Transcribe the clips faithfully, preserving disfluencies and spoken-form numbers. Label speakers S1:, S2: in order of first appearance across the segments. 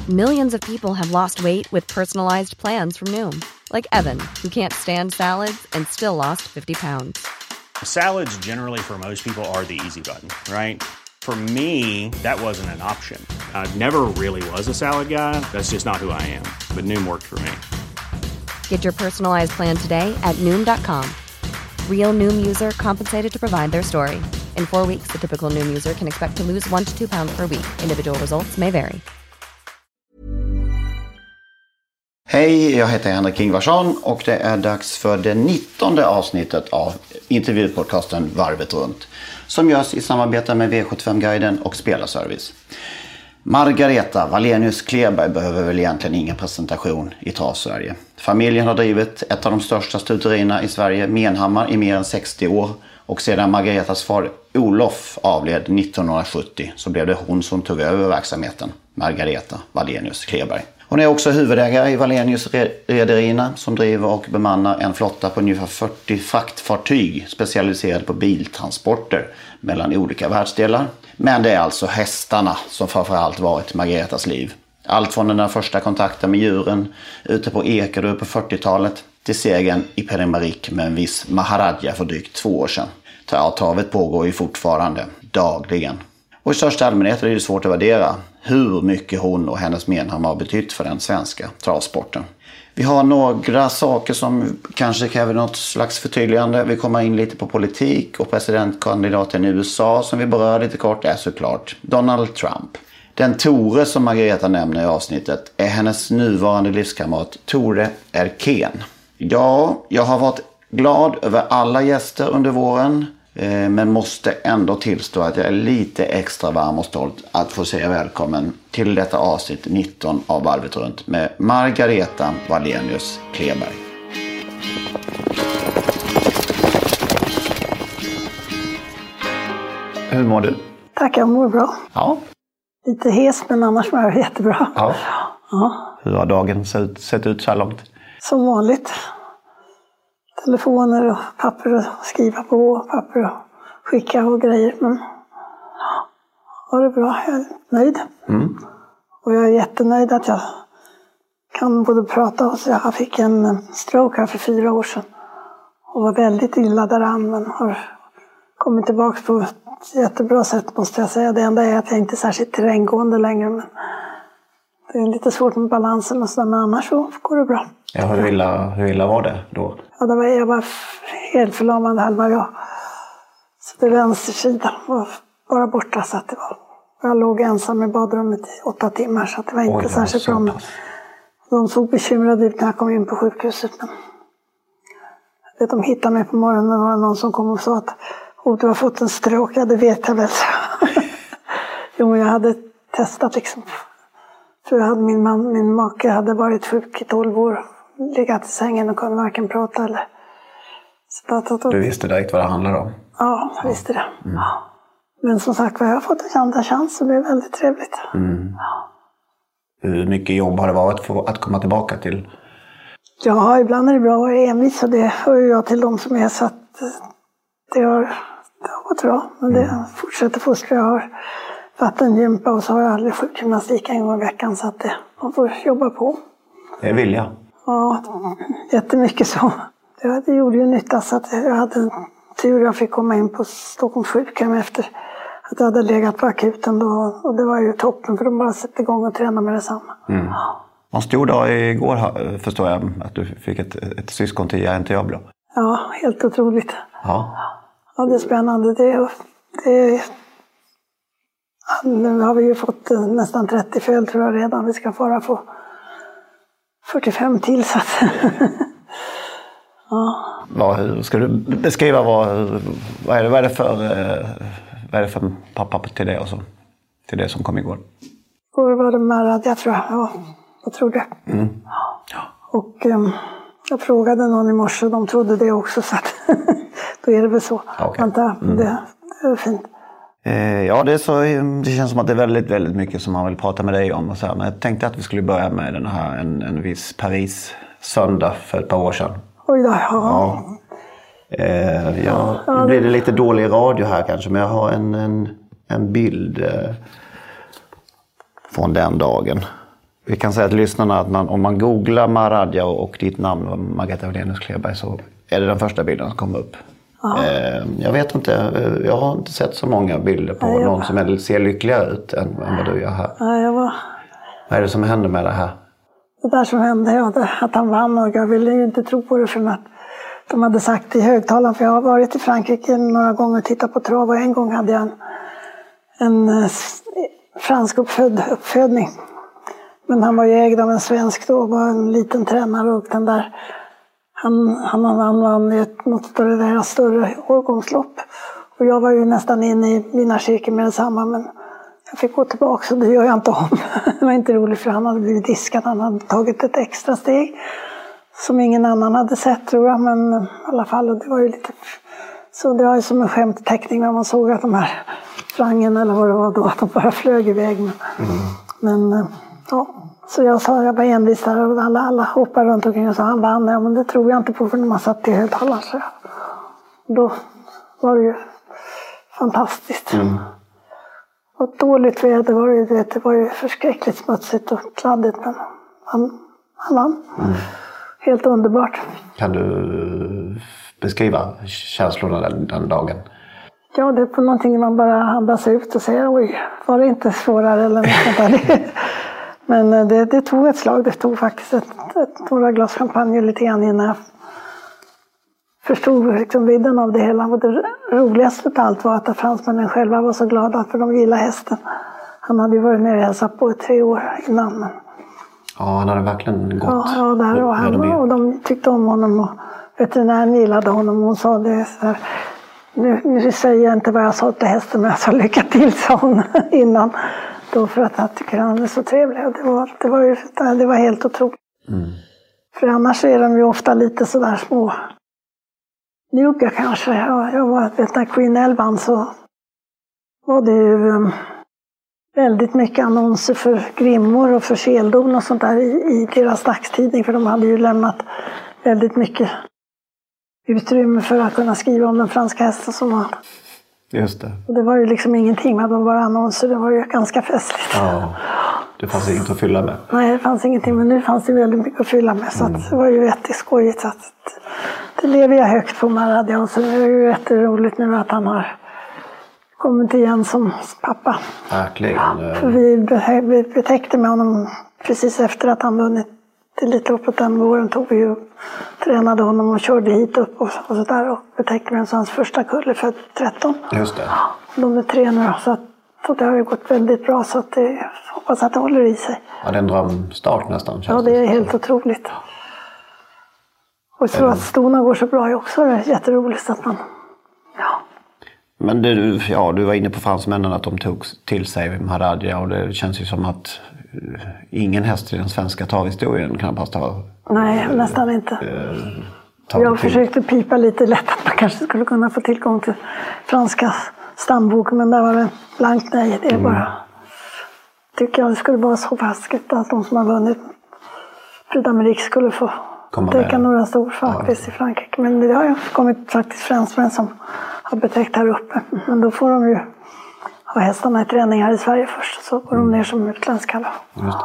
S1: Millions of people have lost weight with personalized plans from Noom. Like Evan, who can't stand salads and still lost fifty pounds.
S2: Salads generally for most people are the easy button, right? For me, that wasn't an option. I never really was a salad guy. That's just not who I am. But Noom worked for me.
S1: Get your personalized plan today at Noom dot com. Real Noom user compensated to provide their story. In four weeks, the typical Noom user can expect to lose one to two pounds per week. Individual results may vary.
S3: Hej, jag heter Henrik Ingvarsson och det är dags för det nittonde avsnittet av intervjupodcasten Varvet runt, som görs i samarbete med V sjuttiofem-guiden och Spelarservice. Margareta Wallenius Kleberg behöver väl egentligen ingen presentation i Trav-Sverige. Familjen har drivit ett av de största stuterierna i Sverige, Menhammar, i mer än sextio år. Och sedan Margaretas far Olof avled nittonhundrasjuttio så blev det hon som tog över verksamheten, Margareta Wallenius Kleberg. Hon är också huvudägare i Wallenius Rederierna som driver och bemannar en flotta på ungefär fyrtio fraktfartyg specialiserade på biltransporter mellan olika världsdelar. Men det är alltså hästarna som framförallt varit Margaretas liv. Allt från den där första kontakten med djuren ute på Ekerö på fyrtiotalet till segern i Pernambuco med en viss Maharaja för drygt två år sedan. Travet pågår ju fortfarande, dagligen. Och i största allmänhet är det svårt att värdera hur mycket hon och hennes Menhammar har betytt för den svenska travsporten. Vi har några saker som kanske kräver något slags förtydligande. Vi kommer in lite på politik och presidentkandidaten i U S A som vi berör lite kort är såklart Donald Trump. Den Tore som Margareta nämner i avsnittet är hennes nuvarande livskamrat Tore Erkén. Ja, jag har varit glad över alla gäster under våren. Men måste ändå tillstå att jag är lite extra varm och stolt att få säga välkommen till detta avsnitt nitton av Varvet runt med Margareta Wallenius Kleberg. Hur mår du?
S4: Tack, jag mår bra.
S3: Ja.
S4: Lite hes, men annars mår jag jättebra.
S3: Ja.
S4: Ja.
S3: Hur har dagen sett, sett ut så här långt?
S4: Som vanligt. Telefoner och papper att skriva på, papper att skicka och grejer. Men ja, det är bra. Jag är nöjd. Mm. Och jag är jättenöjd att jag kan både prata och så. Jag fick en stroke här för fyra år sedan. Och var väldigt illa däran, men har kommit tillbaka på ett jättebra sätt måste jag säga. Det enda är att jag inte är särskilt terränggående längre. Men det är lite svårt med balansen och sådär, men annars så går det bra.
S3: Ja, hur illa, hur illa var det då?
S4: Ja, det var, jag var helt förlamad halva jag. Så det vänster sida var bara borta så att det var. Jag låg ensam i badrummet i åtta timmar så att det var inte Oj, särskilt bra. Men de såg bekymrade ut när jag kom in på sjukhuset. Men vet, de hittade mig på morgonen och det var någon som kom och sa att oh, du har fått en stroke. Ja, det vet jag väl. Jo, jag hade testat liksom. För jag hade min, man, min make hade varit sjuk i tolv år. Legat i sängen och kunde varken prata eller... Så att, att, att,
S3: du visste direkt vad det handlade om?
S4: Ja, jag visste det. Mm. Ja. Men som sagt, jag har fått en andra chans så det blev väldigt trevligt. Mm. Ja.
S3: Hur mycket jobb har det varit för att komma tillbaka till?
S4: Ja, ibland är det bra att vara envis och det hör jag till dem som är så att det har, det har gått bra. Men det mm. fortsätter fostra. Jag har vattengympa och så har jag aldrig sjukgymnastik en gång i veckan så att det, man får jobba på.
S3: Det är vilja.
S4: Ja, jättemycket så. Det, det gjorde ju nytta så att jag hade tur jag fick komma in på Stockholms sjukhem efter att jag hade legat på akuten då. Och det var ju toppen för de bara satte igång och tränade med detsamma. Mm. Ja.
S3: En stor dag igår förstår jag att du fick ett, ett syskon till Jaren Diablo.
S4: Ja, helt otroligt.
S3: Ja.
S4: Ja, det är spännande. Det, det, nu har vi ju fått nästan trettio föl tror jag redan. Vi ska fara få fyrtiofem till så att... ja.
S3: Vad, hur ska du beskriva vad, vad, är det, vad, är det för, vad är det för pappa till det och så? Till det som kom igår?
S4: Igår var det Maharaja tror jag. Ja, jag tror det. Mm. Ja. Och um, jag frågade någon i morse och de trodde det också så att då är det väl så. Okay. Vänta, mm. det, det är fint.
S3: Eh, ja, det, är så, det känns som att det är väldigt, väldigt mycket som man vill prata med dig om. Och så här. Men jag tänkte att vi skulle börja med den här, en, en viss Paris-söndag för ett par år sedan.
S4: Oj då, ja.
S3: ja. Eh, ja, nu blir det lite dålig radio här kanske, men jag har en, en, en bild eh, från den dagen. Vi kan säga till lyssnarna att man, om man googlar Maradja och, och ditt namn, Margareta Wallenius Kleberg, så är det den första bilden som kommer upp. Eh, jag vet inte, jag har inte sett så många bilder på Nej, någon var... som är, ser lyckligare ut än, än vad du gör här.
S4: Nej, jag var...
S3: Vad är det som händer med det här?
S4: Det där som hände, ja, det, att han vann, och jag ville ju inte tro på det för att de hade sagt i högtalaren, för jag har varit i Frankrike några gånger och tittat på trav, och en gång hade jag en, en fransk uppföd, uppfödning. Men han var ju ägd av en svensk då, var en liten tränare, och den där, han, han, han vann i något av det där större årgångslopp. Och jag var ju nästan inne i vinnarcirkeln med detsamma, men jag fick gå tillbaka, så det gör jag inte om. Det var inte roligt, för han hade blivit diskad, han hade tagit ett extra steg som ingen annan hade sett, tror jag, men i alla fall, och det var ju lite, så det var ju som en skämtteckning när man såg att de här frangen eller vad det var då, att de bara flög iväg. Men, mm. men ja, så jag sa, jag var envis där, och alla, alla hoppade runt omkring och sa han vann, ja, men det tror jag inte på, för när man satt i högtalaren, så då var det ju fantastiskt. Mm. Och dåligt väder var det ju, det var ju förskräckligt smutsigt och kladdigt, men han, han vann. Mm. Helt underbart.
S3: Kan du beskriva känslorna den, den dagen?
S4: Ja, det är på någonting man bara andas ut och säger, oj, var det inte svårare eller något sånt där. Men det, det tog ett slag, det tog faktiskt ett, ett, några glas champagne lite grann innan jag förstod liksom vidden av det hela. Och det roligaste av allt var att fransmännen själva var så glada, för de gillade hästen. Han hade ju varit nere och hälsat på i tre år innan.
S3: Ja, han hade verkligen gått.
S4: Ja, ja där och, han, och de tyckte om honom, och veterinären gillade honom, och hon sa det så här, nu, nu säger jag inte vad jag sa till hästen, men jag sa lycka till, sa hon innan. Då, för att jag tycker han är så trevlig, och det var, det var, ju, det var helt otroligt. Mm. För annars är de ju ofta lite sådär små njugga kanske. Jag, jag var, vet när Queen Elle vann, så var det ju um, väldigt mycket annonser för grimmor och för seldon och sånt där i, i deras dagstidning, för de hade ju lämnat väldigt mycket utrymme för att kunna skriva om den franska hästen som var.
S3: Just det.
S4: Och det var ju liksom ingenting, men de var annonser, det var ju ganska festligt.
S3: Ja, det fanns inget att fylla med.
S4: Nej, det fanns ingenting, men nu fanns det väldigt mycket att fylla med, så mm. att det var ju jätteskojigt. Så att det lever jag högt på Maradja, och så är det ju jätteroligt nu att han har kommit igen som pappa.
S3: Verkligen.
S4: För vi, vi betäckte med honom precis efter att han vunnit Elitloppet den våren, tog vi ju tränade honom och körde hit upp och, och så där, och betäckte med hans första kull är född tretton.
S3: Just det.
S4: De är tre nu, så, att, så det har ju gått väldigt bra, så att det, jag hoppas att det håller i sig.
S3: Ja, det är en drömstart nästan.
S4: Ja, det är helt otroligt. Och så att stona går så bra är också det är jätteroligt att man, ja.
S3: Men det, ja, du var inne på fransmännen, att de tog till sig Maradja, och det känns ju som att ingen häst i den svenska travhistorien knappast har...
S4: Nej, nästan inte. Eh, jag försökte pipa lite lätt att man kanske skulle kunna få tillgång till franska stamboken, men där var det blankt nej. Det är mm. bara... Tycker jag det skulle vara så fastigt att de som har vunnit Prix d'Amérique skulle få täcka några stor faktiskt ja. i Frankrike. Men det har ju kommit faktiskt fransmän som har betäckt här uppe. Men då får de ju ha hästarna i träning här i Sverige först, så går de ner som utländska. Just det.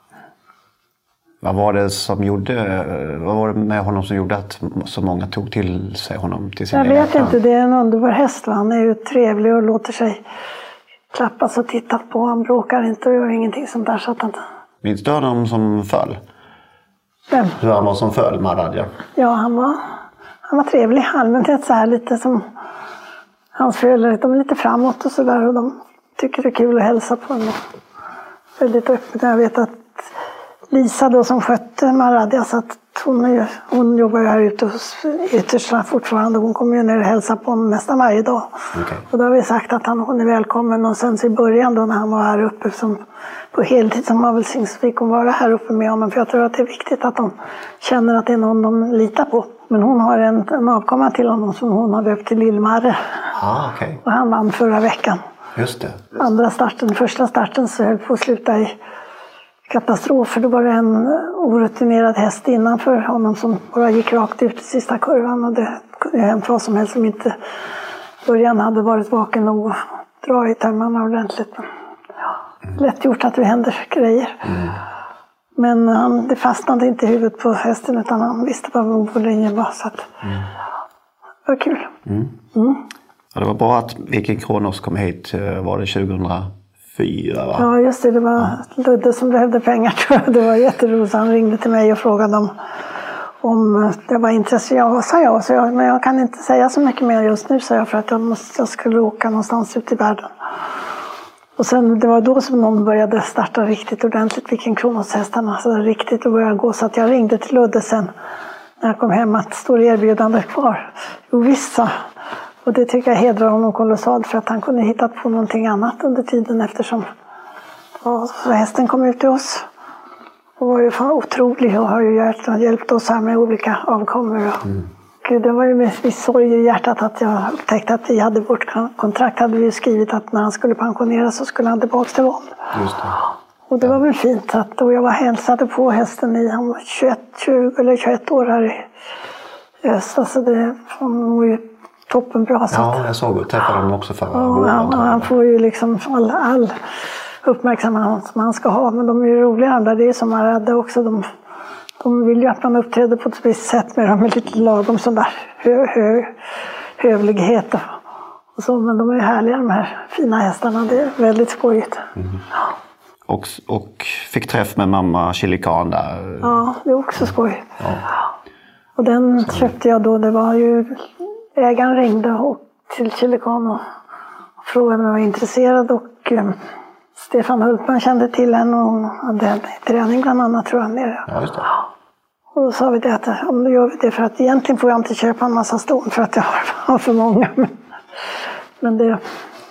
S3: Vad var det som gjorde, vad var det med honom som gjorde att så många tog till sig honom till sin
S4: Jag vet hjärtan? Inte, det är en underbar häst. Va? Han är ju trevlig och låter sig klappas och tittas på. Han bråkar inte och gör ingenting sånt där. Så att han...
S3: Minns du honom som föll?
S4: Vem?
S3: Hur han var som föll, Maradja?
S4: Ja, han var, han var trevlig. Allmänt så här lite som hans föräldrar. De är lite framåt och sådär, och de tycker det är kul att hälsa på honom. Väldigt öppet. Jag vet att Lisa då som skötte Maradja, så att hon, är ju, hon jobbar ju här ute hos yttersta fortfarande. Hon kommer ju ner och hälsa på honom nästan varje dag. Okay. Och då har vi sagt att han, hon är välkommen, och sen så i början då när han var här uppe som, på heltid som avelsing, så fick hon vara här uppe med honom. För jag tror att det är viktigt att de känner att det är någon de litar på. Men hon har en, en avkomma till honom som hon har döpt till Lill-Marre.
S3: Ah, okay.
S4: Och han vann förra veckan.
S3: Just det.
S4: Andra starten, första starten så höll på att sluta i katastrof, för då var det en orutinerad häst innanför honom som bara gick rakt ut i sista kurvan, och det kunde hända vad som helst som inte början hade varit vaken nog att dra i tömmarna ordentligt. Ja, lätt gjort att det händer grejer. Mm. Men han, det fastnade inte i huvudet på hästen utan han visste vad volym var. Så att, mm. det var kul.
S3: Mm. Mm. Ja, det var bra att Viking Kronos kom hit, var det tjugohundrafyra va?
S4: Ja just det, det var ja. Ludde som behövde pengar tror jag. Det var jätteroligt. Han ringde till mig och frågade om, om jag var intresserad. Ja, sa jag, så jag. Men jag kan inte säga så mycket mer just nu, sa jag, för att jag, måste, jag skulle åka någonstans ut i världen. Och sen, det var då som någon började starta riktigt ordentligt Viking Kronos-hästarna. Så riktigt och började gå. Så att jag ringde till Ludde sen när jag kom hem att står erbjudandet kvar. Jo visst, så. Och det tycker jag hedrar honom kolossalt för att han kunde hitta på någonting annat under tiden eftersom ja, hästen kom ut till oss. Och var ju fan otrolig och har ju hjälpt, hjälpt oss här med olika avkommor. Mm. Och det var ju med viss sorg i hjärtat att jag upptäckte att vi hade vårt kontrakt hade vi skrivit att när han skulle pensioneras så skulle han tillbaka till Våld. Just det. Och det var väl fint att och jag var hälsade på hästen i, han var tjugoett, tjugo eller tjugoett år här i öst. Alltså det var ju toppen bra.
S3: Ja, jag såg och träffade honom också förra ja, våren.
S4: Han, han får ju liksom all, all uppmärksamhet som han ska ha. Men de är ju roliga där, det är som man räddar också. De, de vill ju att man uppträder på ett visst sätt med dem med lite lagom sån där hö, hö, hövlighet och, och så. Men de är härliga de här fina hästarna, det är väldigt skojigt. Mm. Ja.
S3: Och, och fick träff med mamma Chilikan där.
S4: Ja, det är också skoj. Ja. Och den så. Köpte jag då, det var ju ägaren ringde och till Chilikan och frågade om jag var intresserad och um, Stefan Hultman kände till henne och hon hade en träning bland annat tror jag nere.
S3: Ja, just det.
S4: Och då sa vi det att om då gör vi det för att egentligen får jag inte köpa en massa ston för att jag har för många. Men, men det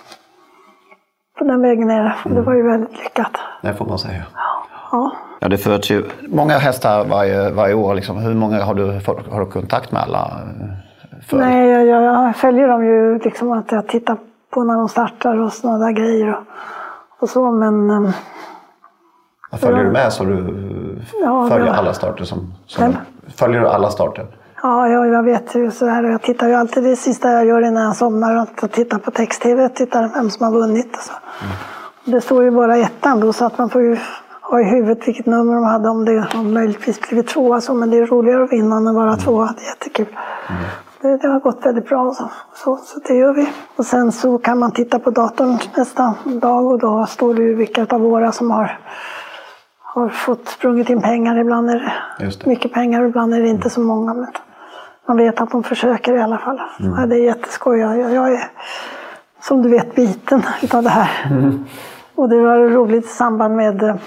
S4: på den vägen är det. Mm. Det var ju väldigt lyckat.
S3: Det får man säga. Ja. Ja, det föds ju många hästar varje, varje år. Liksom. Hur många har du, har du kontakt med alla? För?
S4: Nej, jag, jag följer dem ju liksom att jag tittar på när de startar och sådana där grejer och, och så, men...
S3: Jag följer jag, du med så du ja, följer jag, alla starter som... som följer du alla starter?
S4: Ja, jag, jag vet ju så här och jag tittar ju alltid, det sista jag gör innan jag somnar och tittar på text-tv, tittar vem som har vunnit och så. Mm. Det står ju bara ettan då så att man får ju ha i huvudet vilket nummer de hade om det om möjligtvis blivit tvåa så, men det är roligare att vinna än att vara mm. tvåa, det är jättekul. Mm. Det, det har gått väldigt bra så. Så, så det gör vi. Och sen så kan man titta på datorn nästa dag och då står det ju vilka av våra som har, har fått sprungit in pengar. Ibland är det, det. mycket pengar och ibland är det inte så många. Men man vet att de försöker i alla fall. Mm. Ja, det är jätteskoj. Jag, jag är som du vet biten utav det här. Mm. Och det var roligt i samband med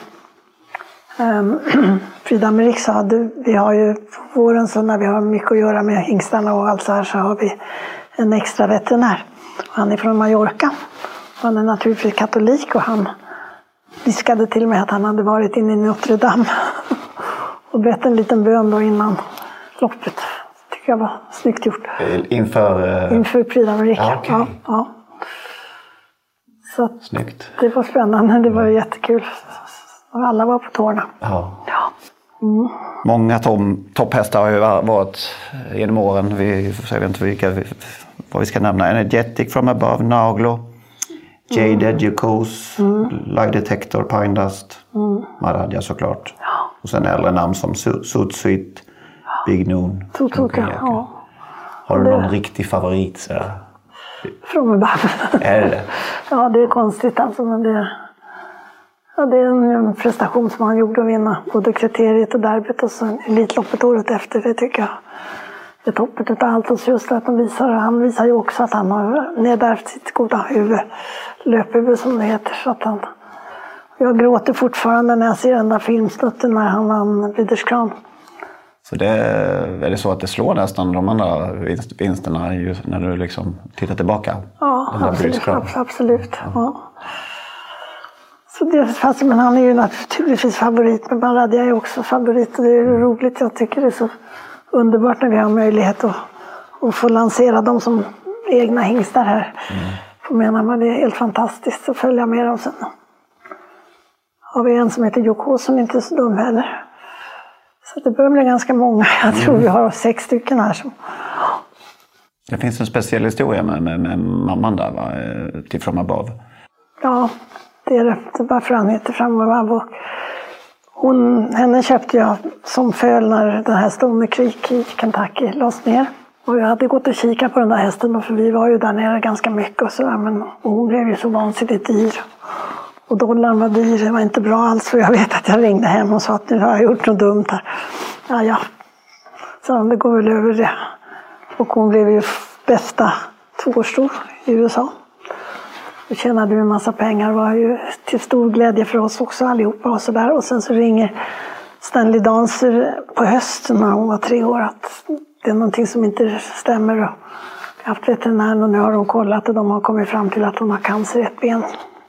S4: um, Frida Amerik sa att vi har ju på våren så när vi har mycket att göra med hingstarna och allt så här så har vi en extra veterinär. Han är från Mallorca. Han är naturligtvis katolik och han viskade till mig att han hade varit inne i Notre Dame och bett en liten bön då innan loppet. Det tycker jag var snyggt gjort.
S3: Inför? Uh...
S4: Inför Frida Amerik.
S3: Ja, okay.
S4: Ja, ja. Så
S3: snyggt.
S4: Det var spännande, det var jättekul. Alla var på tårna.
S3: Ja.
S4: Ja. Mm.
S3: Många tom, topphästar har ju varit genom åren. Vi, jag vet inte vilka, vad vi ska nämna. Energetic from above, Naglo, Jade mm. Educos, mm. Lie Detector, Pine Dust, mm. Maradja såklart. Ja. Och sen äldre namn som Suit Sweet, Big Noon.
S4: Totoka, ja.
S3: Har du någon det... riktig favorit? Så?
S4: From above.
S3: Är det?
S4: Ja, det är konstigt alltså, men det... Ja, det är en prestation som han gjorde att vinna både kriteriet och derbyt och så Elitloppet året efter. Det tycker jag är toppen av allt. Och just att han visar, han visar ju också att han har nedärvt sitt goda huvud, löphuvud som det heter. Så att han, jag gråter fortfarande när jag ser den där filmsnutten när han vann Breeders' Crown.
S3: Så det är, är det så att det slår nästan de andra vinsterna just när du liksom tittar tillbaka?
S4: Ja, absolut. absolut ja. Ja. Så det, fast, men han är ju naturligtvis favorit, men Maradja är också favorit och det är roligt. Jag tycker det är så underbart när vi har möjlighet att, att få lansera dem som egna hingstar här. Mm. För menar man, det är helt fantastiskt att följa med dem sen. Har vi en som heter Joko som inte är så dum heller. Så det börjar bli ganska många. Jag tror mm. vi har sex stycken här. Som...
S3: Det finns en speciell historia med, med, med mamman där, va? Till From Above.
S4: Ja, det är det. Det är bara för han heter From Above. Och Hon, henne köpte jag som föl när den här Stony Creek i Kentucky lades ner. Och jag hade gått och kikat på den där hästen då, för vi var ju där nere ganska mycket och sådär. Men hon blev ju så vansinnigt dyr. Och dollarn var dyr, det var inte bra alls. För jag vet att jag ringde hem och sa att nu har jag gjort något dumt här. Ja, ja. Så det går väl över det. Och hon blev ju bästa tvåårsstor i U S A. Då tjänade vi en massa pengar, det var ju till stor glädje för oss också allihopa och sådär. Och sen så ringer Stanley Dancer på hösten när hon var tre år att det är någonting som inte stämmer. Jag har haft veterinären och nu har de kollat och de har kommit fram till att hon har cancer i ett ben.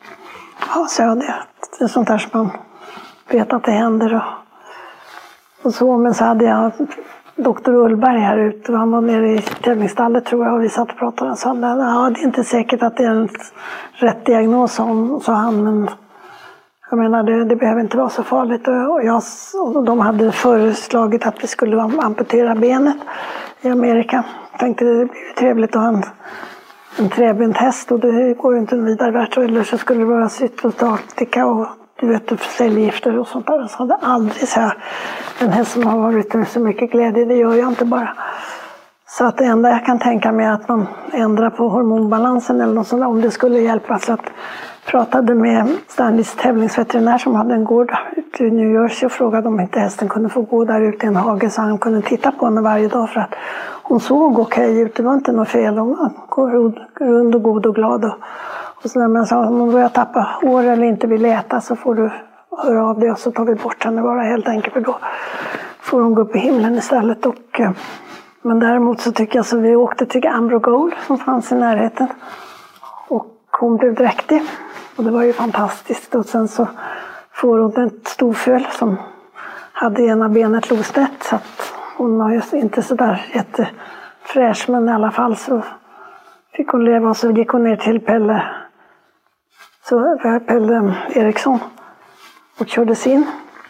S4: Ja, så ja, det, det är sånt där som man vet att det händer. Och, och så, men så hade jag doktor Ullberg här ute, han var nere i tävlingsstallet tror jag och vi satt och pratade och sa att ja, det är inte säkert att det är en rätt diagnos, sa han, men jag menar det, det behöver inte vara så farligt. Och, jag, och de hade föreslagit att vi skulle amputera benet i Amerika. Jag tänkte det blir trevligt att ha en, en träbent häst och det går ju inte vidare värt, eller så skulle det vara cytostatika och du vet, cellgifter och sånt där. Så hade aldrig så här, en häst som har varit med så mycket glädje, det gör jag inte bara. Så att det enda jag kan tänka mig är att man ändrar på hormonbalansen eller något sånt där, om det skulle hjälpa. Så att pratade med Stanleys tävlingsveterinär som hade en gård ute i New Jersey och frågade om inte hästen kunde få gå där ute i en hage så han kunde titta på henne varje dag för att hon såg okej ut, det var inte något fel, hon var rund och god och glad. Och, och så när man sa om hon börjar tappa hår eller inte vill äta så får du höra av det och så tar vi bort henne bara helt enkelt för då får hon gå upp i himlen istället. Och, men däremot så tycker jag så vi åkte till Ambro Gold som fanns i närheten och hon blev dräktig och det var ju fantastiskt och sen så får hon ett storföl som hade ena benet losnett så att hon var ju inte så där jättefräsch men i alla fall så fick hon leva och så gick hon ner till Pelle, så Pelle Eriksson och kördes in.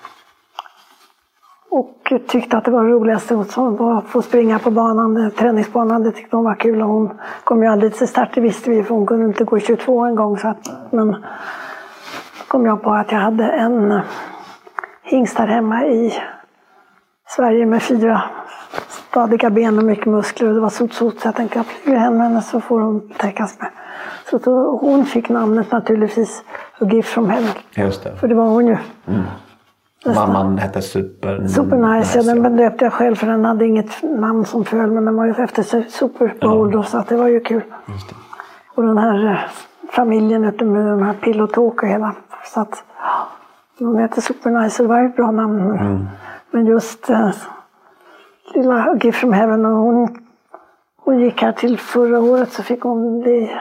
S4: Och tyckte att det var det roligaste var att få springa på banan, träningsbanan, det tyckte hon var kul. Och hon kom ju aldrig till start, det visste vi för hon kunde inte gå tjugotvå en gång. Så att, men kom jag på att jag hade en hingst här hemma i Sverige med fyra stadiga ben och mycket muskler. Och det var sot sot så jag tänkte att jag flyger hem med henne så får hon täckas med. Så då, hon fick namnet naturligtvis A Gift from Heaven.
S5: Just det.
S4: För det var hon ju.
S5: Mm. Mamman hette Super...
S4: Super Nice, ja, den döpte jag själv för den hade inget namn som föll men den var ju efter Super Bowl då, så att det var ju kul.
S5: Just det.
S4: Och den här familjen ute med de här Pillow Talk och hela, så att de heter Super Nice, så det var ju ett bra namn. Mm. Men just äh, lilla Gift from Heaven och hon, hon gick här till förra året så fick hon bli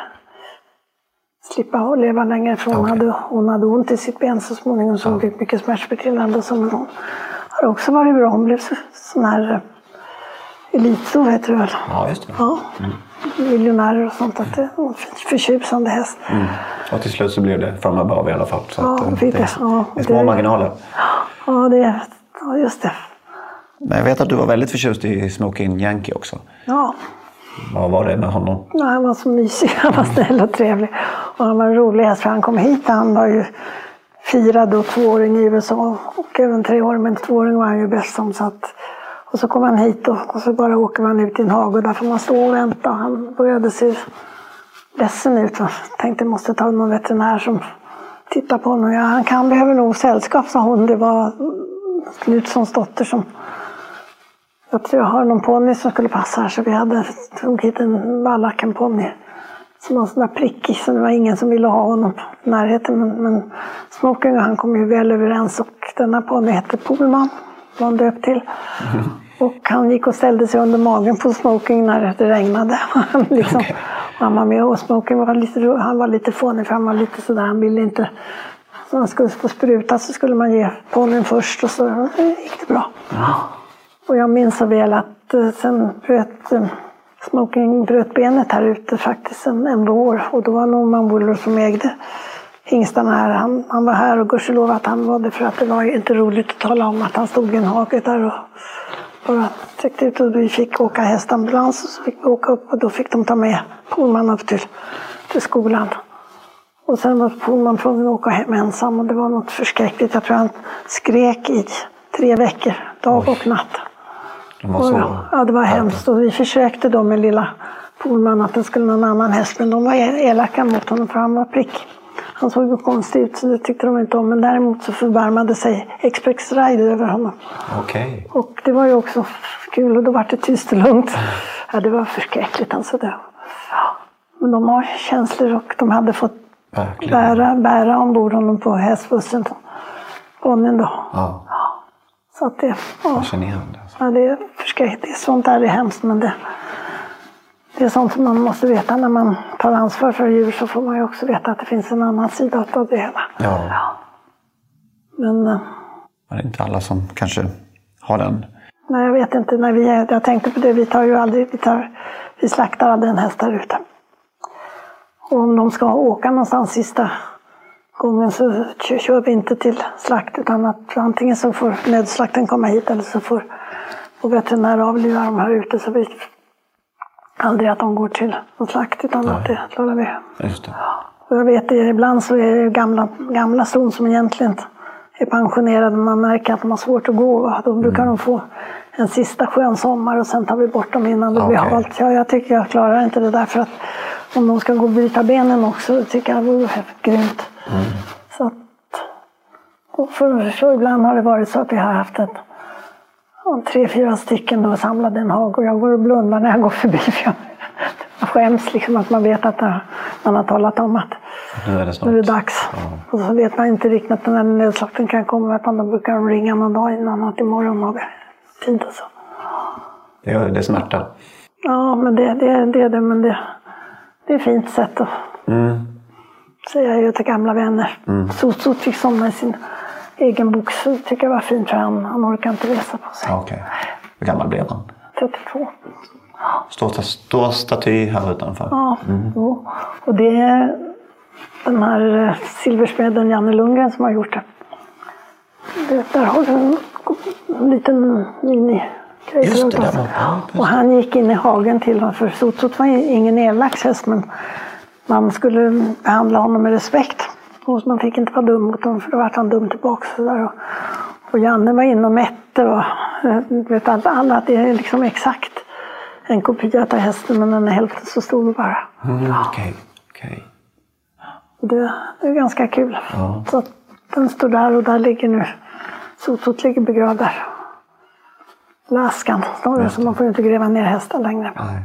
S4: slippa och leva längre för hon, okay. hade, hon hade ont i sitt ben så småningom så hon ja. fick mycket smärtstillande så men hon har också varit bra. Hon blev så, sån här elitstor heter det väl.
S5: Ja, just det.
S4: Ja. Mm. Miljonärer och sånt. Att det var en förtjusande häst.
S5: Mm. Och till slut så blev det From Above i alla fall. Så
S4: ja,
S5: att,
S4: det,
S5: det,
S4: ja,
S5: det är små
S4: det,
S5: marginaler.
S4: Ja, det, ja, just det.
S5: Men jag vet att du var väldigt förtjust i Smoking Yankee också.
S4: Ja.
S5: Vad var det med honom?
S4: Ja, han var så mysig, han var snäll och trevlig. Och han var en rolig häst för han kom hit. Han var ju firad och tvååring i U S A och även treåring, men tvååring var han ju bäst som satt. Och så kom han hit och, och så bara åker man ut i en hage och där får man stå och vänta. Han började se ledsen ut. Jag tänkte jag måste ta någon veterinär som tittar på honom. Ja, han kan behöver nog sällskap, sa hon. Det var Knutssons dotter som... Jag tror jag har någon ponny som skulle passa här så vi hade tagit hit en vallack, ponny som var sån där prickig så det var ingen som ville ha honom i närheten men, men Smoking och han kom ju väl överens och denna ponny hette Polman var han döpt till mm. och han gick och ställde sig under magen på Smoking när det regnade liksom. Okay. Han var med och Smoking var lite, han var lite fånig för han var lite sådär, han ville inte så han skulle få spruta så skulle man ge ponnyn först och så gick det bra. Mm. Och jag minns så väl att eh, sen bröt eh, Smoking bröt benet här ute faktiskt en, en vår. Och då var Norman Buller som ägde hingstarna här. Han, han var här och gudskelov att han var det för att det var inte roligt att tala om att han stod i en hage där och bara täckte ut. Och vi fick åka hästambulans och så fick vi åka upp och då fick de ta med Polman upp till, till skolan. Och sen var man tvungen att åka hem ensam och det var något förskräckligt. Jag tror han skrek i tre veckor, dag och natt.
S5: De var så...
S4: och, ja, det var hemskt. Och vi försökte då med lilla Polman att det skulle någon annan häst. Men de var elaka mot honom för han var prick. Han såg ju konstigt ut så det tyckte de inte om. Men däremot så förbarmade sig Express Ride över honom.
S5: Okej.
S4: Och det var ju också kul och då var det tyst och lugnt. Ja, det var förskräckligt alltså det. Ja. Men de har känslor och de hade fått bära, bära ombord honom på hästbussen. Gången då.
S5: Ja.
S4: Ja. Så att det, ja.
S5: Fascinerande. Alltså.
S4: Ja, det är förskräckligt. Det är sånt där är hemskt men det, det är sånt som man måste veta när man tar ansvar för djur så får man ju också veta att det finns en annan sida av det hela.
S5: Ja.
S4: Ja. Men...
S5: Det är inte alla som kanske har den.
S4: Nej, jag vet inte. När vi, jag tänkte på det, vi tar ju aldrig, vi, tar, vi slaktar aldrig en häst där ute. Och om de ska åka någonstans sista gången så kör vi inte till slakt utan att antingen så får nödslakten komma hit eller så får och veterinär avliva de här ute så vi aldrig att de går till en slakt utan Nej. Att det klarar vi.
S5: Just det.
S4: Och jag vet det, ibland så är det gamla, gamla ston som egentligen är pensionerade man märker att de har svårt att gå. Va? Då brukar mm. de få en sista skön sommar och sen tar vi bort dem innan det okay. blir halt. Ja, jag tycker jag klarar inte det där för att om de ska gå och bryta benen också tycker jag det vore grymt. Mm. Så att, och för, för ibland har det varit så att vi har haft ett, tre, fyra stycken och samlade en hag och jag går och blundar när jag går förbi. För jag, jag skäms liksom att man vet att man har talat om att
S5: nu är det, snart.
S4: Nu är det dags. Ja. Och så vet man inte riktigt att den här nödslakten kan komma utan då brukar de ringa någon dag innan att imorgon har vi tid och så.
S5: Det är, det är smärta.
S4: Ja, men det, det, det är det. Men det, det är ett fint sätt att mm. säga ju till gamla vänner. Mm. Sotsot fick somna i sin egen bok så tycker jag var fint för han, han orkar inte resa på sig.
S5: Ja, okej. Hur gammal blev han?
S4: trettiotvå.
S5: Står, står staty här utanför.
S4: Ja, mm. jo. Och det är den här silversmeden Janne Lundgren som har gjort det. det där har du en, en liten mini
S5: Just det, där var, ja,
S4: och han gick in i hagen till honom för Sotsot var ingen elakshäst men man skulle behandla honom med respekt. Och man fick inte vara dum mot honom för då var han dum tillbaka. Så där. Och, och Janne var inne och mätte och vet alla att det är liksom exakt en kopia av hästen men den är hälften så stor bara.
S5: Mm, okej, okej.
S4: Det, det är ganska kul. Ja. Så att den står där och där ligger nu. Sotsot ligger begravd där. Laskan står det, så man får inte gräva ner hästar längre.
S5: Nej.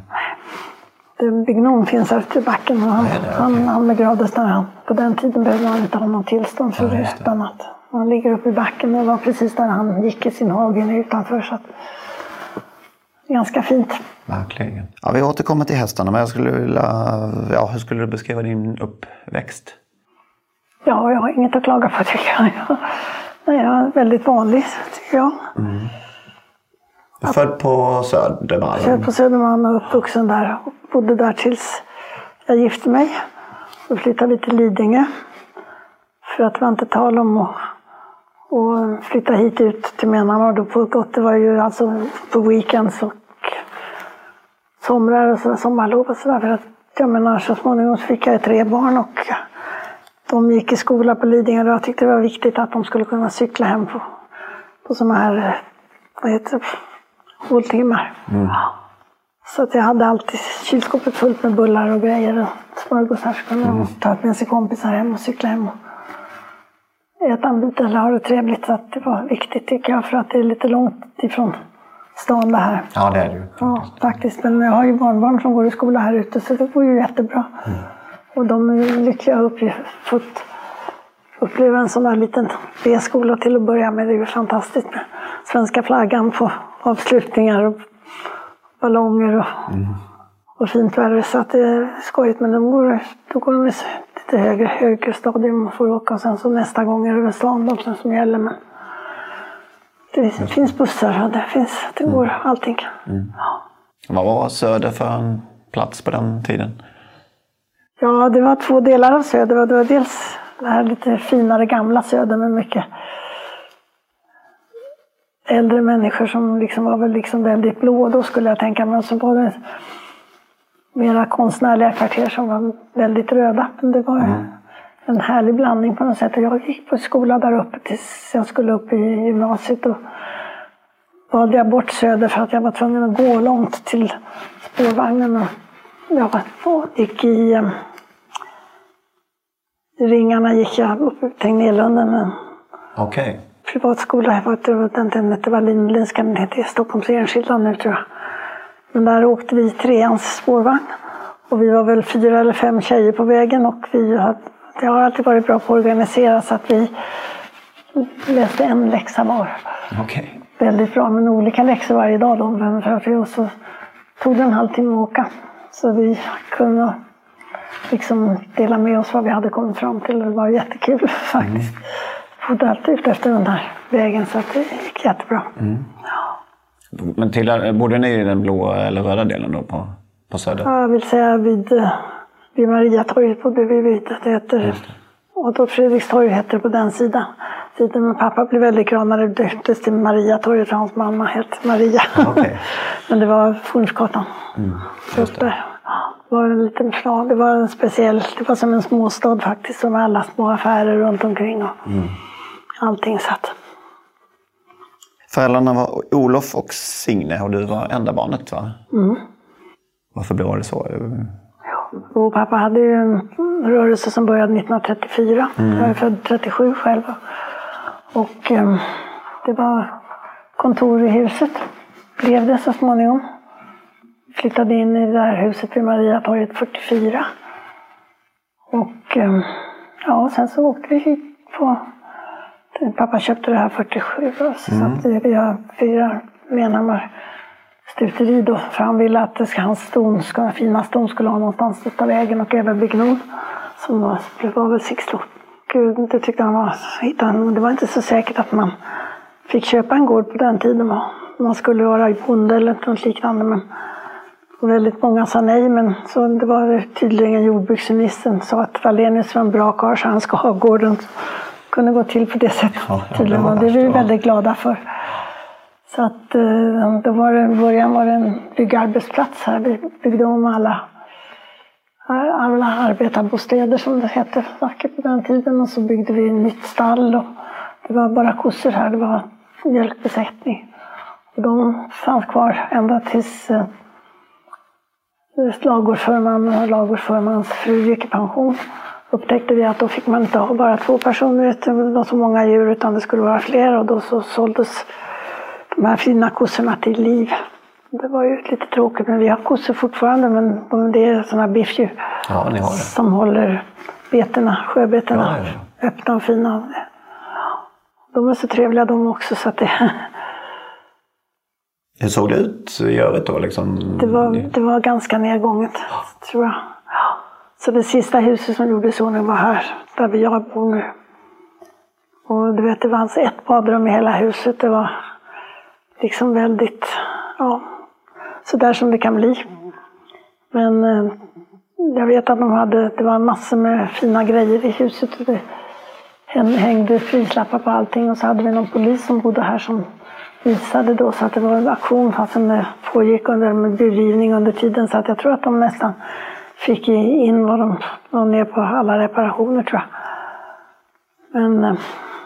S4: Bygnon finns här ute i backen och han,
S5: Nej, det, okay.
S4: han, han begravdes där han. På den tiden behövde han inte ha någon tillstånd för
S5: ja,
S4: det utan att han ligger uppe i backen och det var precis där han gick i sin hagen utanför så att ganska fint.
S5: Verkligen. Ja, vi återkommer till hästarna men jag skulle vilja, ja, hur skulle du beskriva din uppväxt?
S4: Ja, jag har inget att klaga på tycker jag. Nej, jag är väldigt vanlig tycker jag.
S5: Mm. Jag är född på Södermalm.
S4: Född på Södermalm och uppvuxen där. Och bodde där tills jag gifte mig. Och flyttade vi till Lidingö. För att det var inte tal om att och flytta hit ut till Menarmar. Då på gott, det var ju alltså på weekends och somrar och så, sommarlov och sådär. För att jag menar så småningom så fick jag tre barn och de gick i skola på Lidingö. Och jag tyckte det var viktigt att de skulle kunna cykla hem på, på sådana här, vad heter det? Håltimmar. Mm. Så att jag hade alltid kylskåpet fullt med bullar och grejer och smörgåsar så kunde mm. ta med sig kompisar hem och cykla hem och äta en bit eller ha det trevligt. Så att det var viktigt tycker jag för att det är lite långt ifrån stan det här.
S5: Ja det är det ju.
S4: Ja faktiskt, men jag har ju barnbarn som går i skola här ute så det går ju jättebra. Mm. Och de är lyckliga upp fått uppleva en sån här liten B-skola till att börja med. Det är ju fantastiskt med svenska flaggan på avslutningar och ballonger och, mm. och fint väder så att det är skojigt men de går, då går de lite högre, högre stadium och får åka och sen så nästa gång är det stan de som gäller men det mm. finns bussar och det finns, det går mm. allting.
S5: Mm. Ja. Vad var Söder för en plats på den tiden?
S4: Ja det var två delar av Söder, det var dels det här lite finare gamla Söder med mycket äldre människor som liksom var väl liksom väldigt blå då skulle jag tänka mig. Så var det mera konstnärliga kvarter som var väldigt röda. Men det var mm. en härlig blandning på något sätt. Jag gick på skola där uppe tills jag skulle upp i gymnasiet och valde jag bort söder för att jag var tvungen att gå långt till spårvagnen. Och jag var, gick i, um, i Ringarna gick jag upp i Tegnérlunden.
S5: Okej. Okay.
S4: Privatskola, det var Lindenska, den heter Stockholms enskilda nu tror jag. Men där åkte vi i treans spårvagn. Och vi var väl fyra eller fem tjejer på vägen och vi hade, det har alltid varit bra på att organisera så att vi läste en läxa var.
S5: Okay.
S4: Väldigt bra, men olika läxor varje dag då. Men för oss så tog det en halvtimme att åka. Så vi kunde liksom dela med oss vad vi hade kommit fram till. Det var jättekul faktiskt. Mm. Jag bodde alltid ut efter den här vägen så att det gick jättebra. Mm. Ja.
S5: Men till, bodde ni i den blå eller röda delen då på, på söder?
S4: Ja, jag vill säga vid, vid Mariatorget bodde vi vid. Det heter, och då Fredrikstorg heter det på den sidan. Men pappa blev väldigt glad när det döptes till Mariatorget för hans mamma hette Maria. Okay. Men det var Fornsgatan. Mm, just det. Det var en liten stad, det var en speciell, det var som en småstad faktiskt med alla små affärer runt omkring och mm. allting satt.
S5: Föräldrarna var Olof och Signe och du var enda barnet va? Mm. Varför blev det så?
S4: Ja, och pappa hade ju en rörelse som började nittonhundratrettiofyra. Mm. Jag är född trettiosju själv. Och um, det var kontor i huset. Blev det så småningom. Flyttade in i det där huset vid Mariatorget fyrtiofyra. Och um, ja, sen så åkte vi på... Pappa köpte det här fyrtiosju. Så mm. satt vi har fyra Menhammar stuteri då. För han ville att det ska, hans ston, ska, fina ston skulle ha någonstans att ta vägen och även Byggnol. Som var, det var väl Sixlo. Gud, det tyckte han var... Det var inte så säkert att man fick köpa en gård på den tiden. Man skulle vara i bonde eller något liknande. Men väldigt många sa nej. Men så det var tydligen jordbruksministern sa att Wallenius var en bra karl så han ska ha gården. Kunde gå till på det sättet. Ja, ja, det, var det är vi väldigt glada för. Så att då var det, i början var det en byggarbetsplats här. Vi byggde om alla, alla arbetarbostäder som det hette på den tiden. Och så byggde vi en nytt stall. Och det var bara kossor här. Det var mjölkbesättning. Och de fanns kvar ända tills eh, ladugårdsförman och ladugårdsförmans fru gick i pension. Upptäckte vi att då fick man inte ha bara två personer, det var så många djur utan det skulle vara fler och då så såldes de här fina kossorna till liv. Det var ju lite tråkigt men vi har kossor fortfarande men det är sådana biffdjur
S5: ja, ni har det.
S4: Som håller betena, sjöbetena ja, ja. öppna och fina. De är så trevliga de också så att det...
S5: Hur såg det ut i övrigt då? Liksom...
S4: Det, var, det var ganska nedgånget tror jag. Så det sista huset som gjorde så nu var här, där vi jag bor nu. Och du vet, det fanns ett badrum i hela huset. Det var liksom väldigt, ja, så där som det kan bli. Men eh, jag vet att de hade, det var massor med fina grejer i huset. Det hängde prislappar på allting och så hade vi någon polis som bodde här som visade då så att det var en aktion fastän det pågick under med budgivning under tiden. Så att jag tror att de nästan fick in vad de var ner på alla reparationer tror jag. Men mm.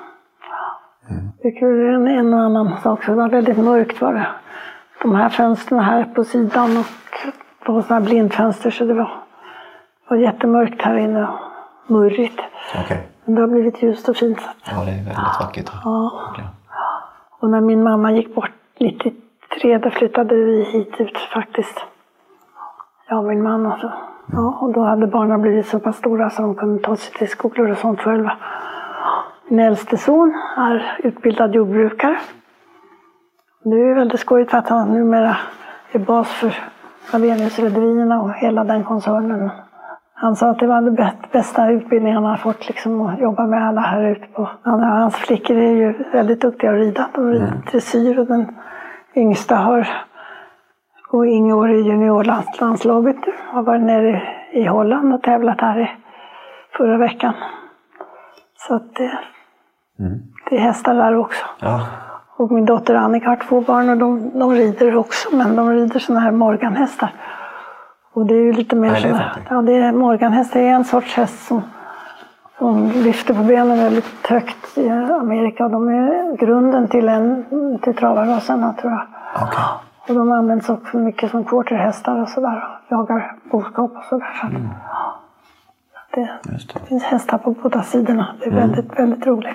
S4: det är en, en och annan sak så det var väldigt mörkt var det. De här fönsterna här på sidan och på sådana blindfönster så det var, var jättemörkt här inne och murrigt.
S5: Okay.
S4: Men det har blivit ljust och fint.
S5: Ja, det är väldigt vackert.
S4: Ja. Okay. Och när min mamma gick bort nittiotre då flyttade vi hit ut faktiskt. Jag och min man alltså. Ja, och då hade barnen blivit så pass stora så de kunde ta sig till skolor och sånt själva. Min äldste son är utbildad jordbrukare. Det är väldigt skojigt för att han numera är bas för Wallenius-rederierna och hela den koncernen. Han sa att det var den bästa utbildningen han har fått liksom, att jobba med alla här ute på. Hans flickor är ju väldigt duktiga att rida. De rider mm. dressyr och den yngsta har och ingår i juniorlandslaget. Har varit nere i Holland och tävlat här i förra veckan. Så att det, mm. det är hästar där också. Ja. Och min dotter Annika har två barn och de, de rider också. Men de rider såna här morganhästar. Och det är ju lite mer sådana. Ja, det är morganhästar är en sorts häst som De lyfter på benen väldigt högt i Amerika. Och de är grunden till, en, till travarraserna, tror jag.
S5: Okay.
S4: Och de används också mycket som quarterhästar och sådär. Jagar boskap och sådär. Så mm. det, det finns hästar på båda sidorna. Det är mm. väldigt, väldigt roligt.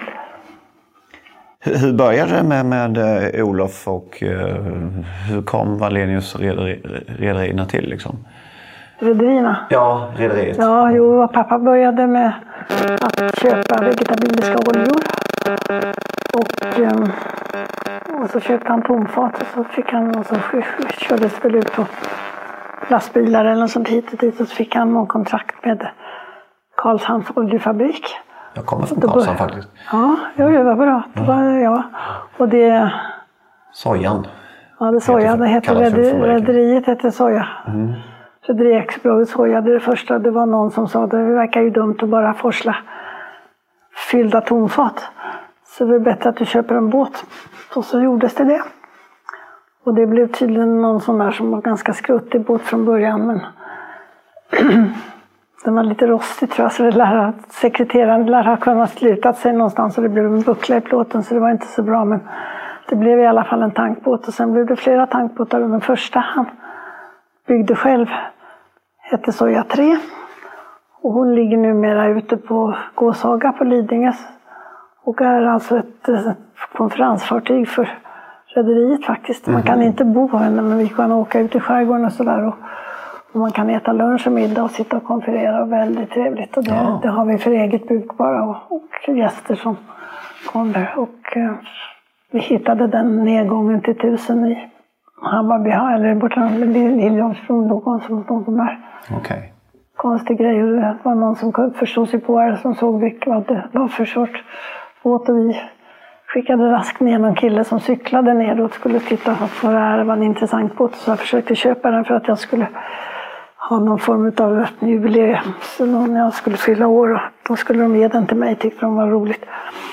S5: Hur, hur började det med, med uh, Olof och uh, hur kom Wallenius rederierna till liksom?
S4: Rederierna?
S5: Ja, rederiet.
S4: Ja, jo, pappa började med att köpa vegetabiliska oljor. Och, um, och så köpte han tomfat och så fick han, och så kördes väl ut på lastbilar eller något sånt hit och dit. Och så fick han någon kontrakt med Karlshamns oljefabrik.
S5: Jag kommer från Karlshamn faktiskt.
S4: Ja, jo, det var bra. Det var, ja. Och det...
S5: Sojan.
S4: Ja, det soja. Det hette rederiet hette Soja. Mm. Rederiaktiebolaget Soja, det, det första, det var någon som sa det verkar ju dumt att bara forsla fyllda tomfat. Så det är bättre att du köper en båt. Och så gjordes det det. Och det blev tydligen någon sån där som var ganska skruttig båt från början. Men den var lite rostig, tror jag. Så det lär, sekreteraren lär ha kunnat slutat sig någonstans. Och det blev en buckla i plåten, så det var inte så bra. Men det blev i alla fall en tankbåt. Och sen blev det flera tankbåtar. Och den första han byggde själv hette Soja tre. Och hon ligger numera ute på Gåshaga på Lidingö. Och är alltså ett konferensfartyg för rederiet faktiskt. Man kan inte bo här, men vi kan åka ut i skärgården och sådär. Och, och man kan äta lunch och middag och sitta och konferera. Väldigt trevligt. Och det, ja. det har vi för eget bruk bara. Och, och gäster som kommer. Och eh, vi hittade den nedgången till tusen i Hammarby, eller borta Liljeholmsbron, någon som stod där.
S5: Okej.
S4: Konstig grej. Det var någon som förstod sig på det, som såg vilket det var för sort båt. Och vi skickade raskt ner någon kille som cyklade ner och skulle titta på det här. Det var en intressant båt, så jag försökte köpa den för att jag skulle ha någon form av jubileum. Så när jag skulle fylla år, då skulle de ge den till mig, tyckte de var roligt.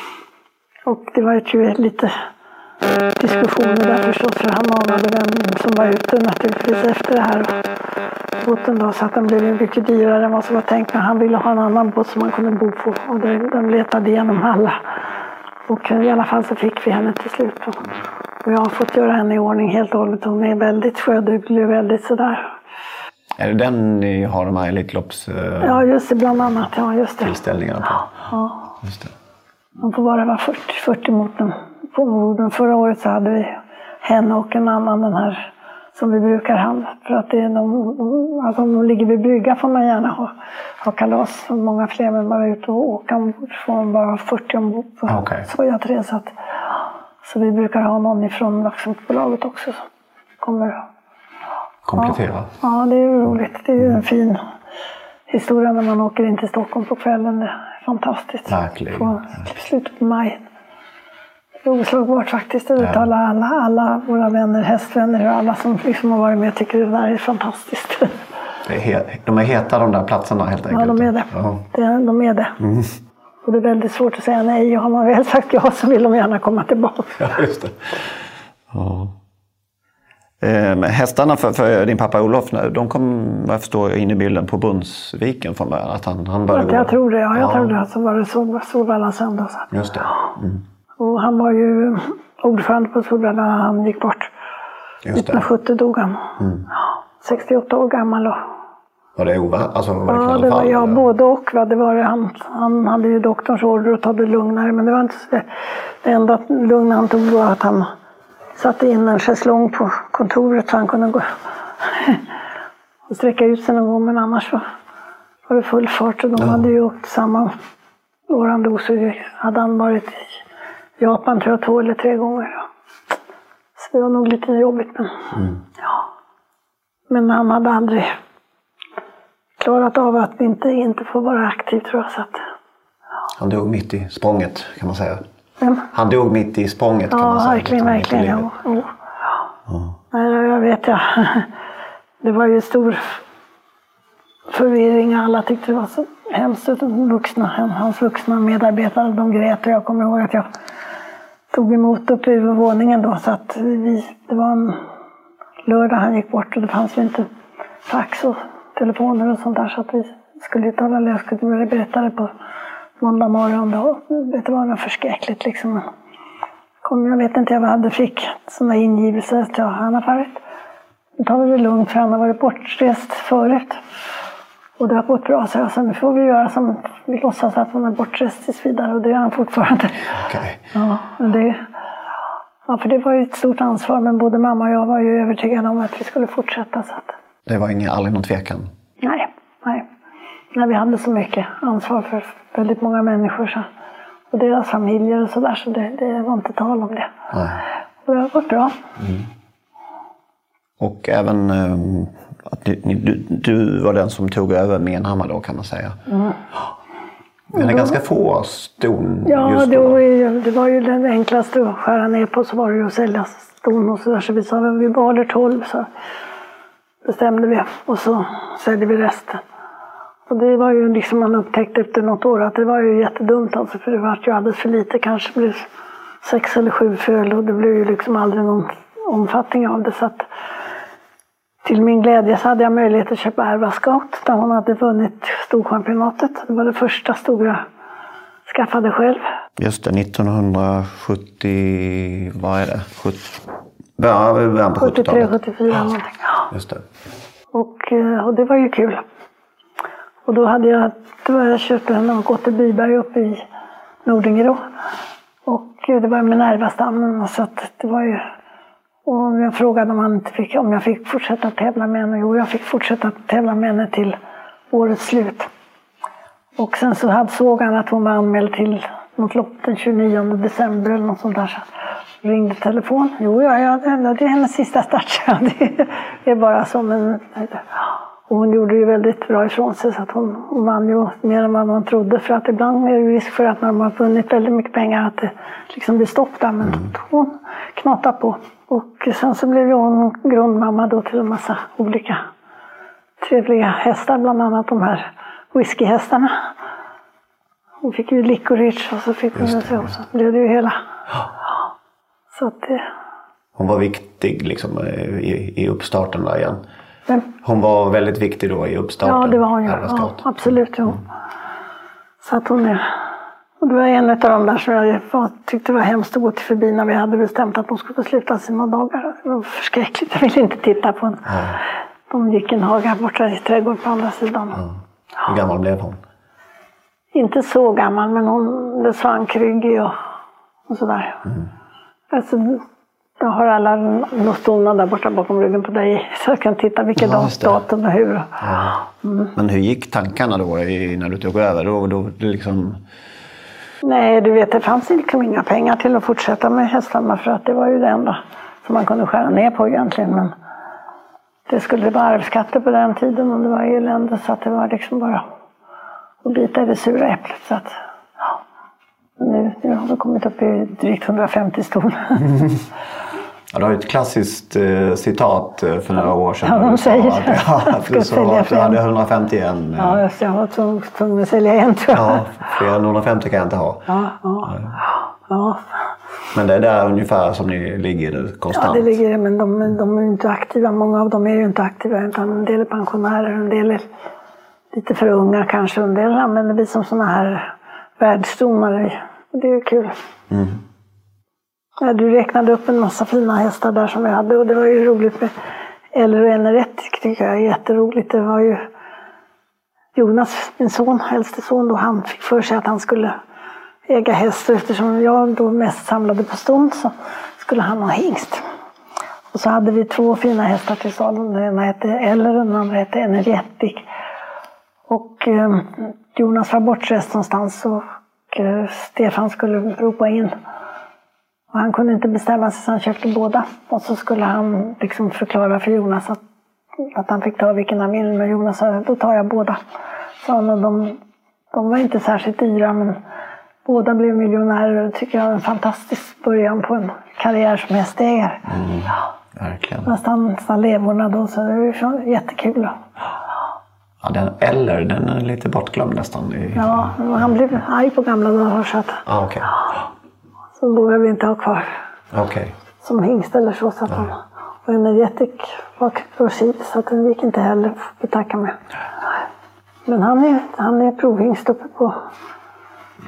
S4: Och det var ju lite diskussioner där förstås, för han anade vem som var ute naturligtvis efter det här båten då, så att den blev mycket dyrare än vad som var tänkt, men han ville ha en annan båt som man kunde bo på, och det, de letade igenom alla, och i alla fall så fick vi henne till slut, och jag har fått göra henne i ordning helt och hållet. Hon är väldigt sjöduglig, väldigt sådär.
S5: Är det den ni har de här Elitlopps uh,
S4: ja just det, bland annat, ja just det,
S5: tillställningarna på?
S4: Ja,
S5: just det.
S4: Man får bara vara fyrtio, fyrtio mot den på borden. Förra året så hade vi henne och en annan, den här som vi brukar handla. För att det är de, alltså om de ligger vid brygga får man gärna ha, ha kalas. Många fler, men bara ut och åka ombord får man bara fyrtio ombord på
S5: okay.
S4: Soja tre. Så, att, så vi brukar ha någon ifrån Vaxholmsbolaget också som kommer.
S5: Komplettera.
S4: Ja, ja, det är roligt. Det är ju en fin historia när man åker in till Stockholm på kvällen. Det är fantastiskt.
S5: Verkligen.
S4: På slutet på maj. Det är oslagbart faktiskt. Det uttalar alla, alla våra vänner, hästvänner och alla som liksom har varit med tycker det där är fantastiskt.
S5: Det är het, de är heta de där platserna helt enkelt.
S4: Ja, de är det.
S5: Ja.
S4: det är, de är det. Mm. Och det är väldigt svårt att säga nej. Har man väl sagt ja så vill de gärna komma tillbaka.
S5: Ja, just det. Ja. Eh, hästarna för, för din pappa Olof, de kom, vad jag förstår, in i bilden på Brunnsviken från början. Att han, han började
S4: jag
S5: gå.
S4: tror det, ja. Jag
S5: ja.
S4: tror det. Så var det Solvalla söndag.
S5: Just det. Mm.
S4: Och han var ju ordförande på Solvalla när han gick bort. nittonhundrasjuttio dog han. Mm. sextioåtta år gammal. Och...
S5: Var det Ova? Alltså, var det
S4: ja, det var jag både och. Va? Det var det, han, han hade ju doktorns order att ta det lugnare. Men det var inte så det. Det enda lugna han tog var att han satte in en schäslong på kontoret så han kunde gå och sträcka ut sig någon gång. Men annars var, var det full fart. Och de ja. hade ju åkt samma år han dog, så hade han varit i Japan tror jag två eller tre gånger. Så det var nog lite jobbigt. Men, mm. ja. men han hade aldrig klarat av att inte, inte få vara aktiv tror jag. Så att, ja.
S5: Han dog mitt i språnget kan man säga.
S4: Mm.
S5: Han dog mitt i språnget kan
S4: ja,
S5: man säga.
S4: Verkligen, verkligen. Ja, verkligen. Ja. Nej, jag vet ja. Det var ju stor förvirring. Alla tyckte det var så hemskt. Vuxna, hans vuxna medarbetare, de grät. Och jag kommer ihåg att jag tog emot uppe i våningen då. Så att vi, det var en lördag han gick bort och det fanns ju inte fax och telefoner och sånt där. Så att vi skulle ju tala, jag skulle berätta det på måndag morgon då. Vet du vad, det var förskräckligt liksom. Kom, jag vet inte, jag hade fick sådana ingivelser till han har varit. Nu tar vi det lugnt för han har varit bortrest förut. Och det har gått bra, så jag sa, nu får vi göra som vi låtsas att han är bortrest tills vidare. Och det är han fortfarande.
S5: Okay.
S4: Ja, det, ja, för det var ju ett stort ansvar, men både mamma och jag var ju övertygade om att vi skulle fortsätta. Så att...
S5: Det var ingen, aldrig någon tvekan?
S4: Nej, nej. När vi hade så mycket ansvar för väldigt många människor så, och deras familjer och sådär, så det, det var inte tal om det. Nej. Och det har gått bra. Mm.
S5: Och även um, att du, du, du var den som tog över Menhammar då, kan man säga. Mm. Men det är ganska få ston
S4: ja,
S5: just då.
S4: Ja, det, det var ju det enklaste att skära ner på, så var det ju att sälja ston och sådär. Så vi sa att vi behåller tolv, så bestämde vi. Och så säljer vi resten. Och det var ju liksom, man upptäckte efter något år att det var ju jättedumt alltså, för det var ju alldeles för lite, kanske blev sex eller sju föl och det blev ju liksom aldrig någon omfattning av det. Så att till min glädje så hade jag möjlighet att köpa Erva Scout där hon hade vunnit storchampionatet. Det var det första stora jag skaffade själv.
S5: Just det, nittonhundrasjuttio, vad är det? sjuttio,
S4: sjuttiotre sjuttiofyra någonting.
S5: Ja, just det.
S4: Och, och det var ju kul. Och då hade jag, då jag köpt en och gått till Byberg uppe i Nordingrå. Och det var med Nervastammen, så att det var ju... Och jag frågade om, han inte fick, om jag fick fortsätta tävla med henne. Jo, jag fick fortsätta tävla med henne till årets slut. Och sen så hade, såg han att hon var anmäld till något lopp den tjugonionde december eller något sånt där. Så ringde telefon. Jo, ja, ja, det är hennes sista start. Det är bara som en... Och hon gjorde ju väldigt bra ifrån sig, så att hon, hon vann ju mer än vad man trodde. För att ibland är det risk för att när man har vunnit väldigt mycket pengar att det liksom blir stopp där. Men mm. hon knatade på. Och sen så blev hon grundmamma då till en massa olika trevliga hästar. Bland annat de här whiskyhästarna. Hon fick ju Licorice och så fick hon det så. Så blev det ju hela. Ja. Så att det...
S5: Hon var viktig liksom i, i uppstarten där igen.
S4: Men,
S5: hon var väldigt viktig då i uppstarten.
S4: Ja, det var hon ju. Ja, absolut. Ja. Mm. Så att hon är... Och det var en av de där som jag var, tyckte var hemskt att gå till förbi när vi hade bestämt att de skulle sluta sina dagar. Det var förskräckligt. Jag ville inte titta på henne. Ja. De gick en haga borta i trädgården på andra sidan.
S5: Ja. Hur gammal blev hon?
S4: Inte så gammal, men hon blev svankryggig och, och sådär. Mm. Alltså, jag har alla nostonerna där borta bakom ryggen på dig, så jag kan titta vilken ja, datum och hur. Ja.
S5: Mm. Men hur gick tankarna då när du tog över? Då, då, liksom...
S4: Nej, du vet, det fanns liksom inga pengar till att fortsätta med hästarna, för att det var ju det enda som man kunde skära ner på egentligen. Men det skulle vara arvsskatter på den tiden och det var elände, så att det var liksom bara att bita i det sura äpplet. Så att, ja. Nu, nu har vi kommit upp i drygt hundrafemtio ston. Mm.
S5: Ja, det var ett klassiskt eh, citat för några år sedan.
S4: Ja, de säger att,
S5: ja, att du sa att du hade hundrafemtioen.
S4: Ja, just, jag var tvungen att sälja en, tror jag.
S5: Ja, fler än hundrafemtio kan jag inte ha.
S4: Ja, ja, ja.
S5: Men det är där ungefär som ni ligger nu konstant?
S4: Ja, det ligger det, men de, de är inte aktiva. Många av dem är ju inte aktiva, utan en del är pensionärer, en del är lite för unga kanske. En del använder vi som såna här världsdomare. Det är ju kul. Mm. Ja, du räknade upp en massa fina hästar där som vi hade, och det var ju roligt med Eller och Enerett, tycker jag är jätteroligt. Det var ju Jonas, min son, äldste son, då han fick för sig att han skulle äga häst, och eftersom jag då mest samlade på ston så skulle han ha hingst. Och så hade vi två fina hästar till salen. Den ena hette Eller och den andra hette Energetic. Och eh, Jonas var bortrest någonstans, och eh, Stefan skulle ropa in. Och han kunde inte bestämma sig, så han köpte båda. Och så skulle han liksom förklara för Jonas att, att han fick ta vilken han ville. Men Jonas sa, då tar jag båda. Så han, och de, de var inte särskilt dyra, men båda blev miljonärer. Och tycker jag är en fantastisk början på en karriär som hästägare.
S5: Mm, verkligen.
S4: Nästan, nästan levorna då, så det är jättekul.
S5: Ja, den Eller, den är lite bortglömd nästan. I...
S4: Ja, han blev arg på gamla dagar, så att...
S5: Ah, okay.
S4: Så vågar vi inte ha kvar.
S5: Okay.
S4: Som hingst eller så. så att han, och Energetic var kursiv, så att den gick inte heller att betacka med. Men han är, han är provhingst uppe på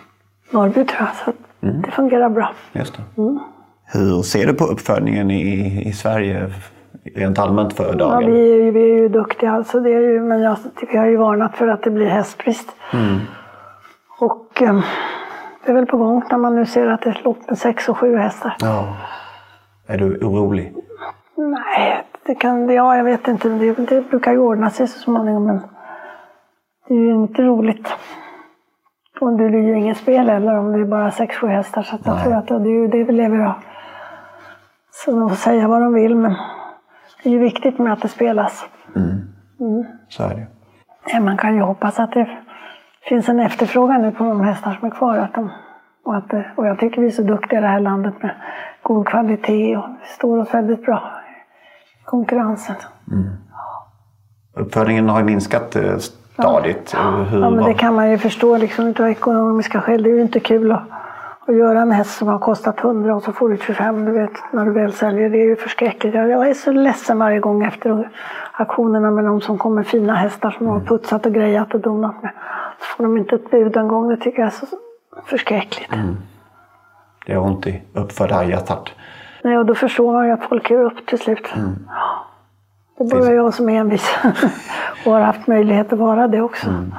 S4: Norrby tror jag, så mm. det fungerar bra.
S5: Just det. Mm. Hur ser du på uppfödningen i, i Sverige rent allmänt för dagen?
S4: Ja, vi, är ju, vi är ju duktiga, alltså det är ju, men jag, vi har ju varnat för att det blir hästbrist. Mm. Och um, det är väl på gång när man nu ser att det är lopp med sex och sju hästar.
S5: Ja. Är du orolig?
S4: Nej, det kan, ja, jag vet inte. Det, det brukar ju ordna sig så småningom, men det är ju inte roligt. Och det blir ju ingen spel eller om det är bara sex, sju hästar. Så att jag tror att det är ju det vi lever av. Så de får säga vad de vill, men det är ju viktigt med att det spelas.
S5: Mm. Mm. Så är det.
S4: Ja, man kan ju hoppas att det finns en efterfrågan nu på de hästar som är kvar. Att de, och, att, och jag tycker vi är så duktiga i det här landet med god kvalitet och vi står oss väldigt bra i konkurrensen.
S5: Mm. Uppfödningen har ju minskat stadigt.
S4: Ja,
S5: Hur,
S4: ja men det kan man ju förstå liksom, utav ekonomiska skäl. Det är ju inte kul att, att göra en häst som har kostat hundra och så får du tjugofem, du vet, när du väl säljer. Det är ju förskräckligt. Jag, jag är så ledsen varje gång efter auktionerna med de som kommer fina hästar som mm. har putsat och grejat och donat med. Så får de inte ett bud en gång. Det tycker jag är så förskräckligt. Mm.
S5: Det är ont i uppfödda hjärtat.
S4: Nej, och då förstår man ju att folk gör upp till slut. Mm. Det är bara jag som är envis och har haft möjlighet att vara det också. Mm.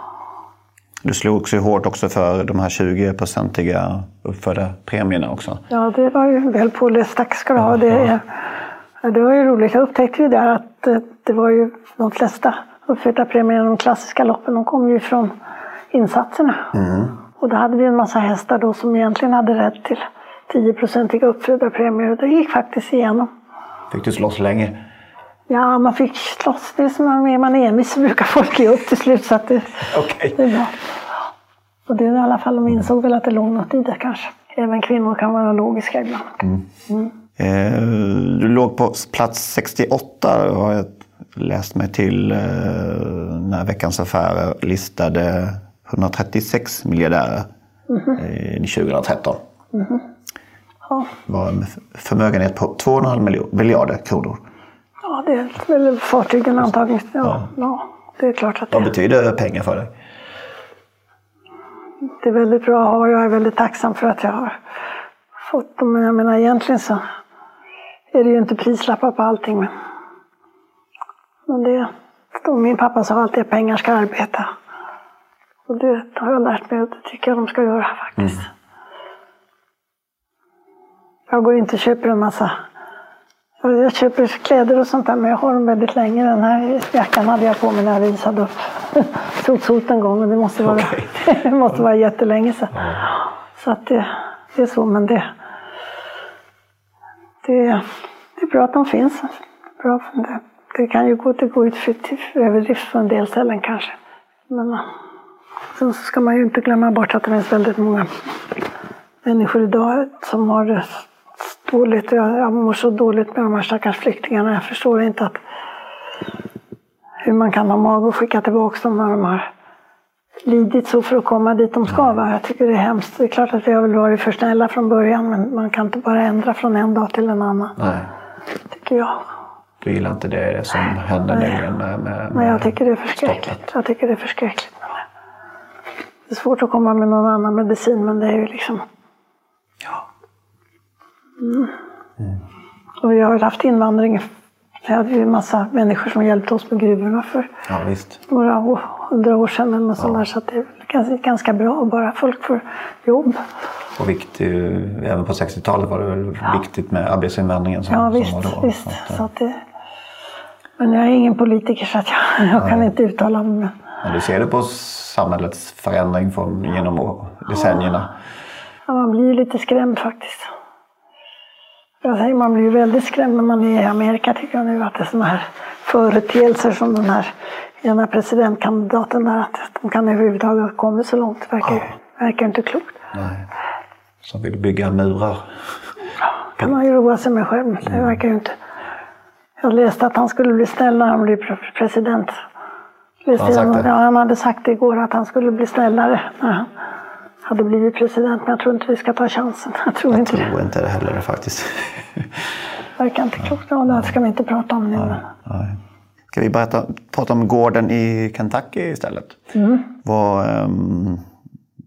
S5: Du slog också hårt också för de här tjugo-procentiga uppfödda premierna också.
S4: Ja, det var ju väl påläst. Tack ska du ha. Det, det var ju roligt. Jag upptäckte ju där att det var ju de flesta uppfödda premierna, de klassiska loppen, de kom ju från insatserna. Mm. Och då hade vi en massa hästar då som egentligen hade rätt till tio-procentiga uppfödda premier. Och det gick faktiskt igenom.
S5: Fick du slåss länge?
S4: Ja, man fick slåss. Det är som man är man envis så brukar folk ge upp till slut. Så att det,
S5: okay.
S4: det är bra. Och det är i alla fall, de insåg väl att det låg något i det kanske. Även kvinnor kan vara logiska ibland. Mm. Mm.
S5: Eh, du låg på plats sextioåtta har jag läst mig till eh, när Veckans Affärer listade etthundratrettiosex miljardärer mm-hmm. i tjugohundratretton. Mm-hmm. Ja. Det var en förmögenhet på två komma fem miljarder kronor.
S4: Ja, det är väl fartygen antagligen. Ja, ja. ja, det är klart att det...
S5: Vad betyder pengar för dig?
S4: Det är väldigt bra och jag är väldigt tacksam för att jag har fått dem. Men jag menar egentligen så är det ju inte prislappar på allting. Men, men det, då min pappa sa alltid att pengar ska arbeta. Och det har jag lärt mig och det tycker jag de ska göra faktiskt. Mm. Jag går inte och köper en massa. Jag köper kläder och sånt där, men jag har dem väldigt länge. Den här jackan hade jag på mig när jag visade upp sotsot en gång och det måste vara, okay. det måste vara jättelänge sedan. Mm. Så att det, det är så, men det, det, det är bra att de finns. Bra, det, det kan ju gå till gå ut för, till överdrift på en del ställen kanske. Men sen så ska man ju inte glömma bort att det finns väldigt många människor idag som har det dåligt. Jag, jag mår så dåligt med de här stackars flyktingarna. Jag förstår inte att hur man kan ha mag och skicka tillbaka dem när de har lidit så för att komma dit de ska. Va? Jag tycker det är hemskt. Det är klart att vi har väl varit för snälla från början, men man kan inte bara ändra från en dag till en annan.
S5: Nej.
S4: Tycker jag.
S5: Du gillar inte det som händer med, med, med
S4: Nej, jag tycker det är förskräckligt. Stoppet. Jag tycker det är förskräckligt. Det är svårt att komma med någon annan medicin, men det är ju liksom...
S5: Ja.
S4: Mm. Mm. Och vi har väl haft invandring. Vi hade ju en massa människor som hjälpte oss med gruvorna för
S5: ja, visst.
S4: några år, hundra år sedan eller något ja. sånt där. Så att det är ganska, ganska bra att bara folk får jobb.
S5: Och viktigt, även på sextiotalet var det väl ja. viktigt med arbetsinvandringen som,
S4: ja, visst,
S5: som var då.
S4: Visst. Så att, så att det, men jag är ingen politiker så att jag, jag kan inte uttala mig.
S5: Men du ser det på samhällets förändring från genom decennierna?
S4: Ja, man blir lite skrämd faktiskt. Jag säger, man blir väldigt skrämd när man är i Amerika tycker jag nu att det är såna här företeelser som den här ena presidentkandidaten där, att de kan överhuvudtaget ha kommit så långt. Det verkar, ja. verkar inte klokt.
S5: Nej. Som vill bygga murar.
S4: Ja, kan man ju roa sig med själv. Det verkar ju inte. Jag läste att han skulle bli snäll när han blir president. Läste han, sagt det? Ja, han hade sagt det igår att han skulle bli snällare när han hade blivit president. Men jag tror inte vi ska ta chansen. Jag tror,
S5: jag
S4: inte,
S5: tror
S4: det.
S5: inte det heller faktiskt.
S4: Verkar inte klokt. Ja, det ska vi inte prata om nu.
S5: Nej, nej. Ska vi berätta, prata om gården i Kentucky istället?
S4: Mm.
S5: Vad, um,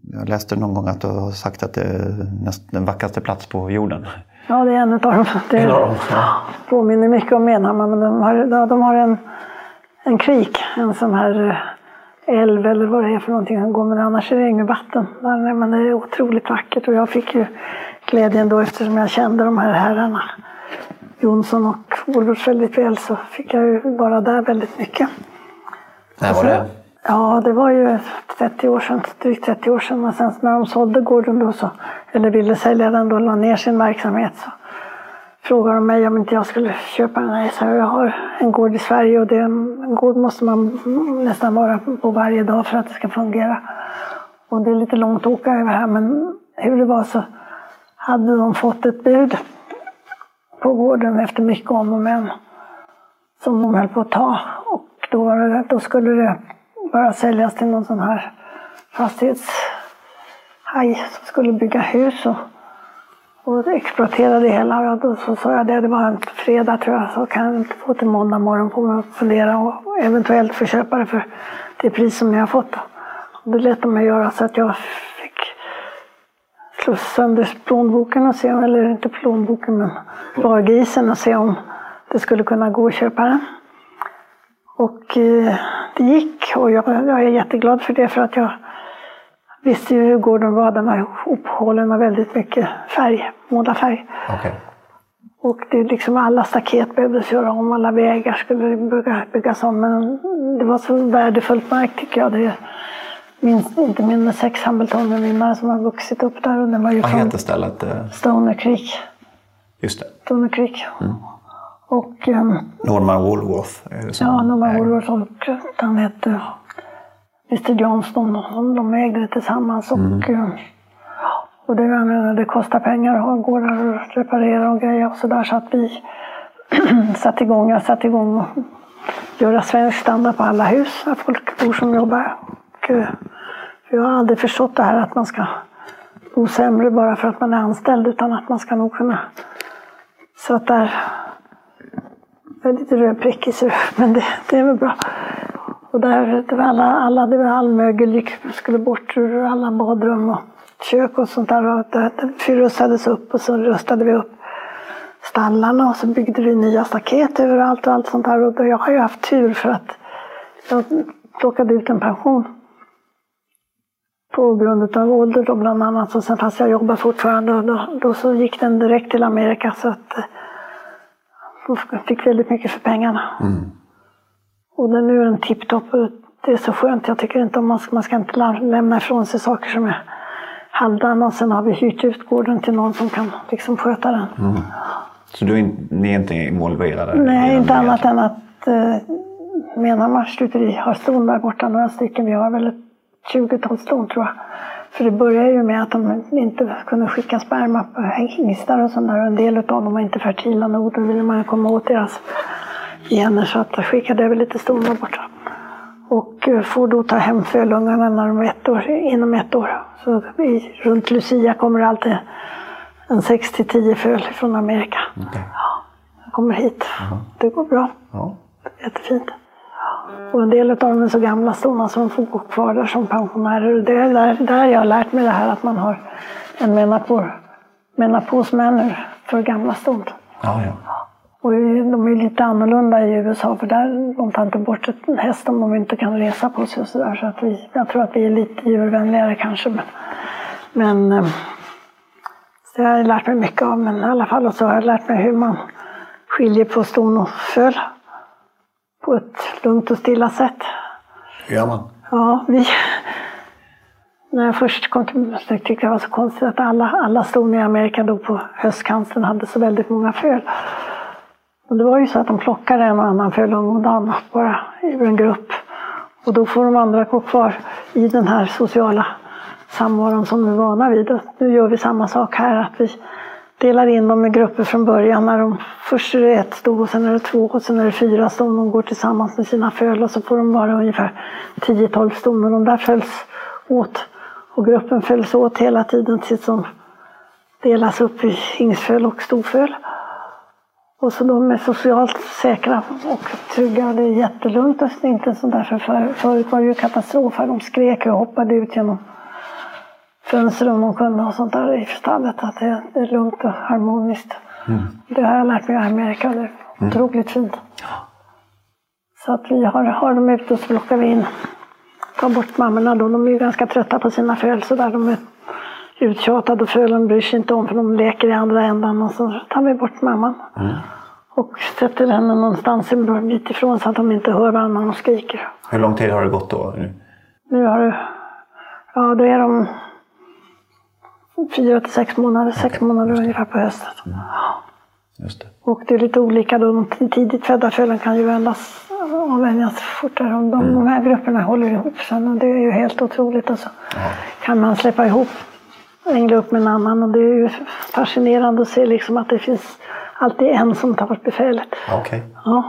S5: Jag läste någon gång att du har sagt att det är näst, den vackraste plats på jorden.
S4: Ja, det är en av dem. Det
S5: en av dem, ja.
S4: Påminner mycket om Menhammar, men de har, de har en, en krik, en sån här älv eller vad det är för någonting som går, men annars är det inget vatten. Men det är otroligt vackert och jag fick ju glädjen då eftersom jag kände de här herrarna, Jonsson och Wohlfors väldigt väl, så fick jag ju vara där väldigt mycket.
S5: När var det?
S4: Ja, det var ju trettio år sedan, drygt trettio år sedan. Men sen när de sålde gården då så, eller ville sälja den då, la ner sin verksamhet, så frågade de mig om inte jag skulle köpa den. Nej, så jag har en gård i Sverige och det, en gård måste man nästan vara på varje dag för att det ska fungera. Och det är lite långt att åka över här, men hur det var så hade de fått ett bud på gården efter mycket om och men som de höll på att ta. Och då, var det, då skulle det bara säljas till någon sån här fastighetshaj som skulle bygga hus och, och exploatera det hela. Och då så sa jag det, det var en fredag tror jag, så kan jag inte få till måndag morgon på mig att fundera och eventuellt få köpa det för det pris som ni har fått. Och det lät de mig göra så att jag fick slå sönder plånboken och se, eller inte plånboken men vargrisen och se om det skulle kunna gå att köpa den. Och eh, det gick och jag, jag är jätteglad för det, för att jag visste ju hur gården var. Den var upphållen med väldigt mycket färg, målarfärg.
S5: Okay.
S4: Och det liksom alla staket behövdes göra om, alla vägar skulle bygga, byggas om. Men det var så värdefullt mark tycker jag. Det minst inte mindre sex Hambleton-vinnare som har vuxit upp där. Och den var ju
S5: vad
S4: från
S5: heter stället?
S4: Stoner Creek.
S5: Just det.
S4: Stoner Creek. Mm. Och, um,
S5: Norman Woolworth. Är det
S4: ja, Norman Woolworth och han hette mister Johnston. De, de ägde det tillsammans.
S5: Mm.
S4: Och, um, och det, menar, det kostar pengar att ha gårdar och reparera och grejer och sådär. Så att vi satte igång, jag satte igång och göra svensk standard på alla hus där folk bor som jobbar. Och, uh, jag har aldrig förstått det här att man ska bo sämre bara för att man är anställd, utan att man ska nog kunna. Så att där det är lite rödprickig, men det, det är väl bra. Och där, det var alla, alla, det var all mögel gick, skulle bort ur alla badrum och kök och sånt där. Och det, det fyrrustades upp och så rustade vi upp stallarna och så byggde vi nya staket överallt och allt sånt där. Och jag har ju haft tur för att jag plockade ut en pension på grund av ålder då bland annat. Och sen fast jag jobbar fortfarande och då, då så gick den direkt till Amerika, så att jag fick väldigt mycket för pengarna. Mm. Och det, nu är den tipptopp. Det är så skönt. Jag tycker inte om man ska, man ska inte lämna ifrån sig saker som är halvdana. Och sen har vi hyrt ut gården till någon som kan liksom sköta den.
S5: Mm. Så du är, ni är inte involverade?
S4: Nej, inte annat än att eh, Menhammar stuteri har ston där borta, några stycken. Vi har väl ett tjugotal ston tror jag. För det började ju med att de inte kunde skicka sperma på hingstar och sånt där. En del av dem var inte fertila nog. Då ville man komma åt deras gener, så att jag skickade över lite ston där borta. Och får då ta hem fölungarna när de är ett år, inom ett år. Så i, runt Lucia kommer det alltid en sex till tio föl från Amerika. Okay. Ja, de kommer hit. Uh-huh. Det går bra. Uh-huh. Det är jättefint. Och en del av dem är så gamla stona som de får gå kvar där som pensionärer. Det är där, där jag har lärt mig det här att man har en menopos, menoposmänner för gamla stånd.
S5: Ja, ja.
S4: Och de är lite annorlunda i U S A, för där de tar inte bort en häst om de inte kan resa på sig och sådär. Så att vi, jag tror att vi är lite djurvänligare kanske. Men, men så jag har lärt mig mycket av, men i alla fall så har jag lärt mig hur man skiljer på ston och föl på ett lugnt och stilla sätt.
S5: Hur gör man?
S4: Ja, vi... När jag först kom till så tyckte jag det var så konstigt att alla, alla ston i Amerika då på höstkanten hade så väldigt många föl. Och det var ju så att de plockade en och annan fölung om dagen bara ur en grupp. Och då får de andra gå kvar i den här sociala samvaron som vi är vana vid. Och nu gör vi samma sak här, att vi delar in dem i grupper från början. När de, först är det ett sto och sen är det två och sen är det fyra ston. De går tillsammans med sina föl och så får de bara ungefär tio tolv ston. Och de där följs åt. Och gruppen följs åt hela tiden tills de delas upp i hingsföl och storföl. Och så de är socialt säkra och trygga. Det är jättelugnt. Det är inte så därför för, förut var det ju katastrof. De skrek och hoppade ut genom fönster om de kunde och sånt där i stallet. Att det, det är lugnt och harmoniskt. Mm. Det har jag lärt mig i Amerika. Det är mm. otroligt fint. Så att vi har, har dem ute och så plockar vi in. Tar bort mammorna då. De är ju ganska trötta på sina föl så där. De är uttjatade och fölen bryr sig inte om för de leker i andra ändan. Och så tar vi bort mamman. Mm. Och sätter henne någonstans en bit ifrån så att de inte hör varandra och skriker.
S5: Hur lång tid har det gått då?
S4: Nu har det... Ja, då är de fyra till sex månader. Sex okay. månader ungefär på hösten. Mm.
S5: Just det.
S4: Och det är lite olika då. De tidigt födda fölen kan ju vändas och vänjas fortare. De, mm. de här grupperna håller ihop sen och det är ju helt otroligt. Och så ja. kan man släppa ihop en grupp med en annan. Och det är ju fascinerande att se liksom att det finns alltid en som tar bort befälet.
S5: Okej. Okay.
S4: Ja.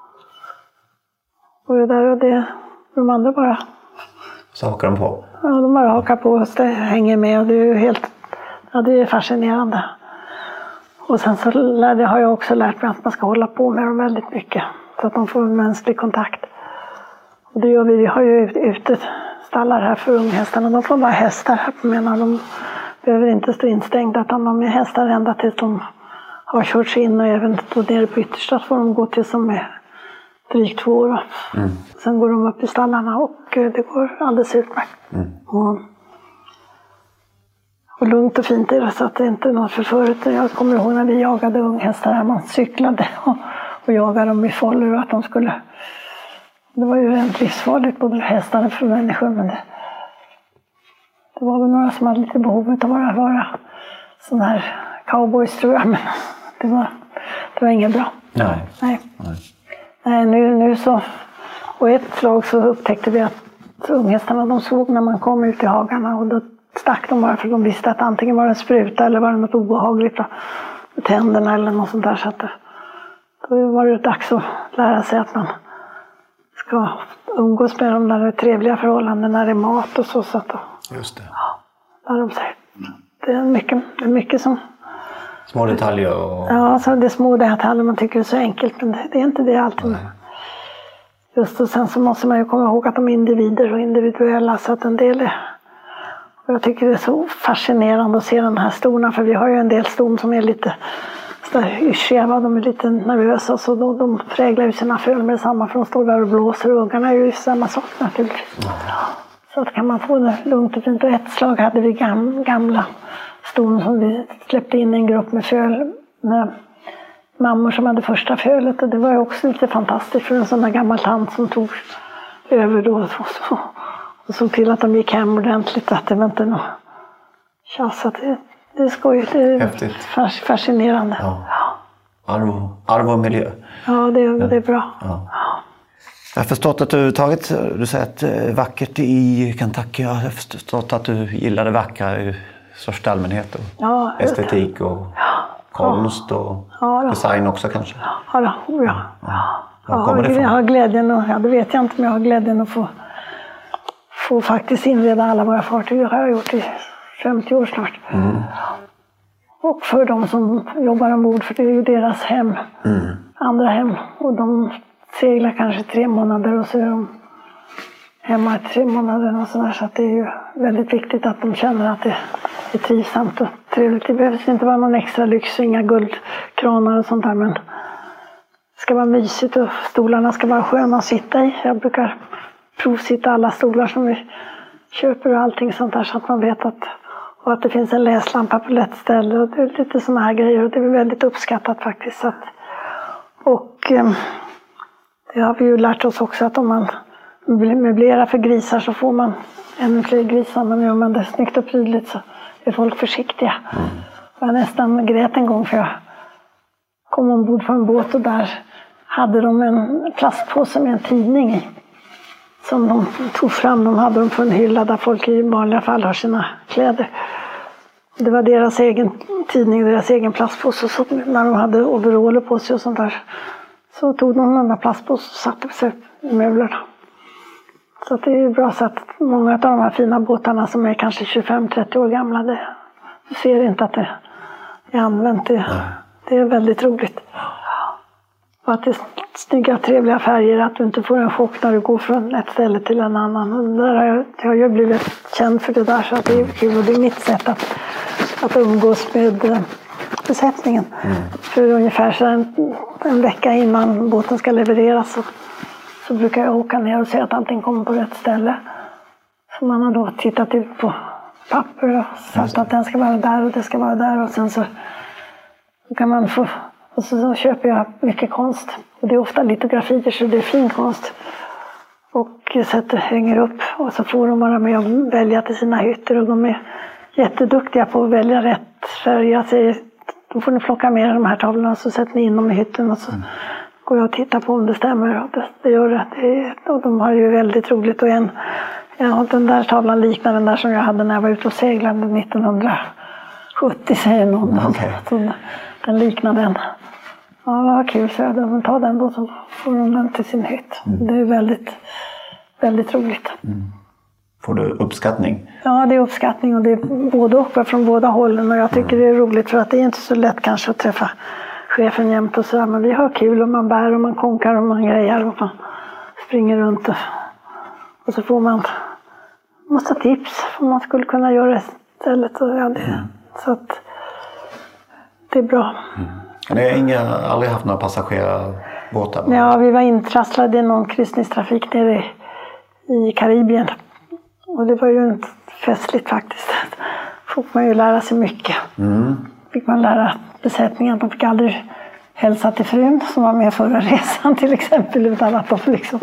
S4: Och det där och det, de andra bara...
S5: Så hakar de på?
S4: Ja, de bara hakar på och hänger med och det är ju helt... Ja, det är fascinerande. Och sen så lärde, har jag också lärt mig att man ska hålla på med dem väldigt mycket. Så att de får en mänsklig kontakt. Och det gör vi. Vi har ju ute stallar här för unghästarna. De får bara hästar här på menar de behöver inte stå instängda. Utan de är hästar ända tills de har körts in och även då nere på yttersta får de gå till som är drygt två år. Mm. Sen går de upp i stallarna och det går alldeles utmärkt. Mm. Och, och lugnt och fint är det så att det inte är något för förut. Jag kommer ihåg när vi jagade unghästar här, man cyklade och, och jagade dem i foller och att de skulle... Det var ju rent livsfarligt både för hästarna och för människor men det, det var väl några som hade lite behov av att vara, vara sån här cowboys tror jag men det var, det var inget bra.
S5: Nej.
S4: Nej. Nej. Nej, nu, nu så, och ett slag så upptäckte vi att unghästarna de såg när man kom ut i hagarna och då stack de bara för de visste att antingen var det en spruta eller var det något obehagligt med tänderna eller något sånt där. Så att det, då var det dags att lära sig att man ska umgås med dem när det är trevliga förhållanden, när det är mat och så. så att då,
S5: Just det.
S4: Ja, lär de sig. Det är mycket, det är mycket som...
S5: Små detaljer och...
S4: Ja, så det är små detaljer man tycker är så enkelt, men det, det är inte det alltid. Nej. Just och sen så måste man ju komma ihåg att de är individer och individuella, så att en del är... Och jag tycker det är så fascinerande att se den här storna, för vi har ju en del ston som är lite yschiga, de är lite nervösa, så de, de präglar ju sina föl med detsamma, för de står där och blåser och ungarna är ju samma sak naturligtvis. Mm. Så att kan man få det lugnt och fint. Och ett slag hade vi gam, gamla ston som vi släppte in i en grupp med föl med mammor som hade första fölet, och det var ju också lite fantastiskt för en sån där gammal tant som tog över då och, så, och såg till att de gick hem ordentligt, att det var inte något tjas, att det, det är skojigt, det är
S5: häftigt.
S4: Fascinerande.
S5: Ja. Arv, arv och miljö.
S4: Ja, det, det är bra.
S5: Ja. Jag har förstått att du tagit, du säger att vackert i Kentucky, jag har förstått att du gillar det vackra i största allmänhet och
S4: ja,
S5: estetik och ja. konst och ja, design också kanske.
S4: Ja, ja. ja. ja.
S5: ja.
S4: ja kommer det jag har glädjen och, ja, det vet jag inte, men jag har glädjen att få, få faktiskt inreda alla våra fartyg. Det har jag gjort i femtio år snart. Mm. Och för de som jobbar ombord, för det är ju deras hem, mm. andra hem, och de seglar kanske tre månader och så är de hemma i tre månader och sådär, så att det är ju väldigt viktigt att de känner att det är trivsamt och trevligt. Det behövs inte vara någon extra lyx, inga guldkranar och sånt där, men det ska vara mysigt och stolarna ska vara sköna att sitta i. Jag brukar provsitta alla stolar som vi köper och allting sånt där, så att man vet att, och att det finns en läslampa på lätt ställe och det är lite sådana här grejer, och det är väldigt uppskattat faktiskt. Så att, och eh, det har vi ju lärt oss också, att om man möblerar för grisar så får man ännu fler grisar, men gör man det snyggt och prydligt så är folk försiktiga. Mm. Jag nästan grät en gång för jag kom ombord på en båt och där hade de en plastpåse med en tidning i som de tog fram. De hade dem på en hylla där folk i vanliga fall har sina kläder. Det var deras egen tidning, deras egen plastpåse, så när de hade overaller på sig och sånt där så tog de den där plastpåsen och satte sig i möblerna. Så det är bra, så att många av de här fina båtarna som är kanske tjugofem trettio år gamla, det, du ser inte att det är använt. Det, det är väldigt roligt. Och att det är snygga, trevliga färger, att du inte får en chock när du går från ett ställe till en annan. Och där har jag, jag har ju blivit känd för det där, så att det är kul. Och det är mitt sätt att, att umgås med besättningen. Mm. För ungefär så en, en vecka innan båten ska levereras så, så brukar jag åka ner och se att allting kommer på rätt ställe. Så man har då tittat ut på papper och sagt att den ska vara där och det ska vara där. Och sen så, så kan man få... Och så, så köper jag mycket konst. Och det är ofta litografier, så det är fin konst. Och sätter, hänger upp. Och så får de vara med och välja till sina hytter. Och de är jätteduktiga på att välja rätt färg. Jag säger, då får ni plocka med de här tavlorna och så sätter ni in dem i hytten. Och så mm. går jag och tittar på om det stämmer. Och det, det gör det. det. Och de har ju väldigt roligt. Och en, ja, den där tavlan liknar den där som jag hade när jag var ute och seglade nittonhundrasjuttio, säger någon. Mm, okay. Så den liknar den. Ja, vad kul, så jag tar den då, så får de den till sin hytt. Mm. Det är väldigt, väldigt roligt. Mm.
S5: Får du uppskattning?
S4: Ja, det är uppskattning, och det är både och från båda hållen. Och jag tycker mm. det är roligt, för att det är inte så lätt kanske att träffa chefen jämt och så. Men vi har kul, och man bär och man konkar och man grejar och man springer runt. Och, och så får man massa tips om man skulle kunna göra istället. Och ja, det, mm. Så att det är bra. Mm.
S5: Ni har inga, aldrig haft några passagerarbåtar?
S4: Ja, vi var intrasslade i någon kryssningstrafik nere i, i Karibien. Och det var ju inte festligt faktiskt. Fick man ju lära sig mycket. Mm. Fick man lära besättningen. De fick aldrig hälsa till frun som var med förra resan till exempel. Utan att de liksom...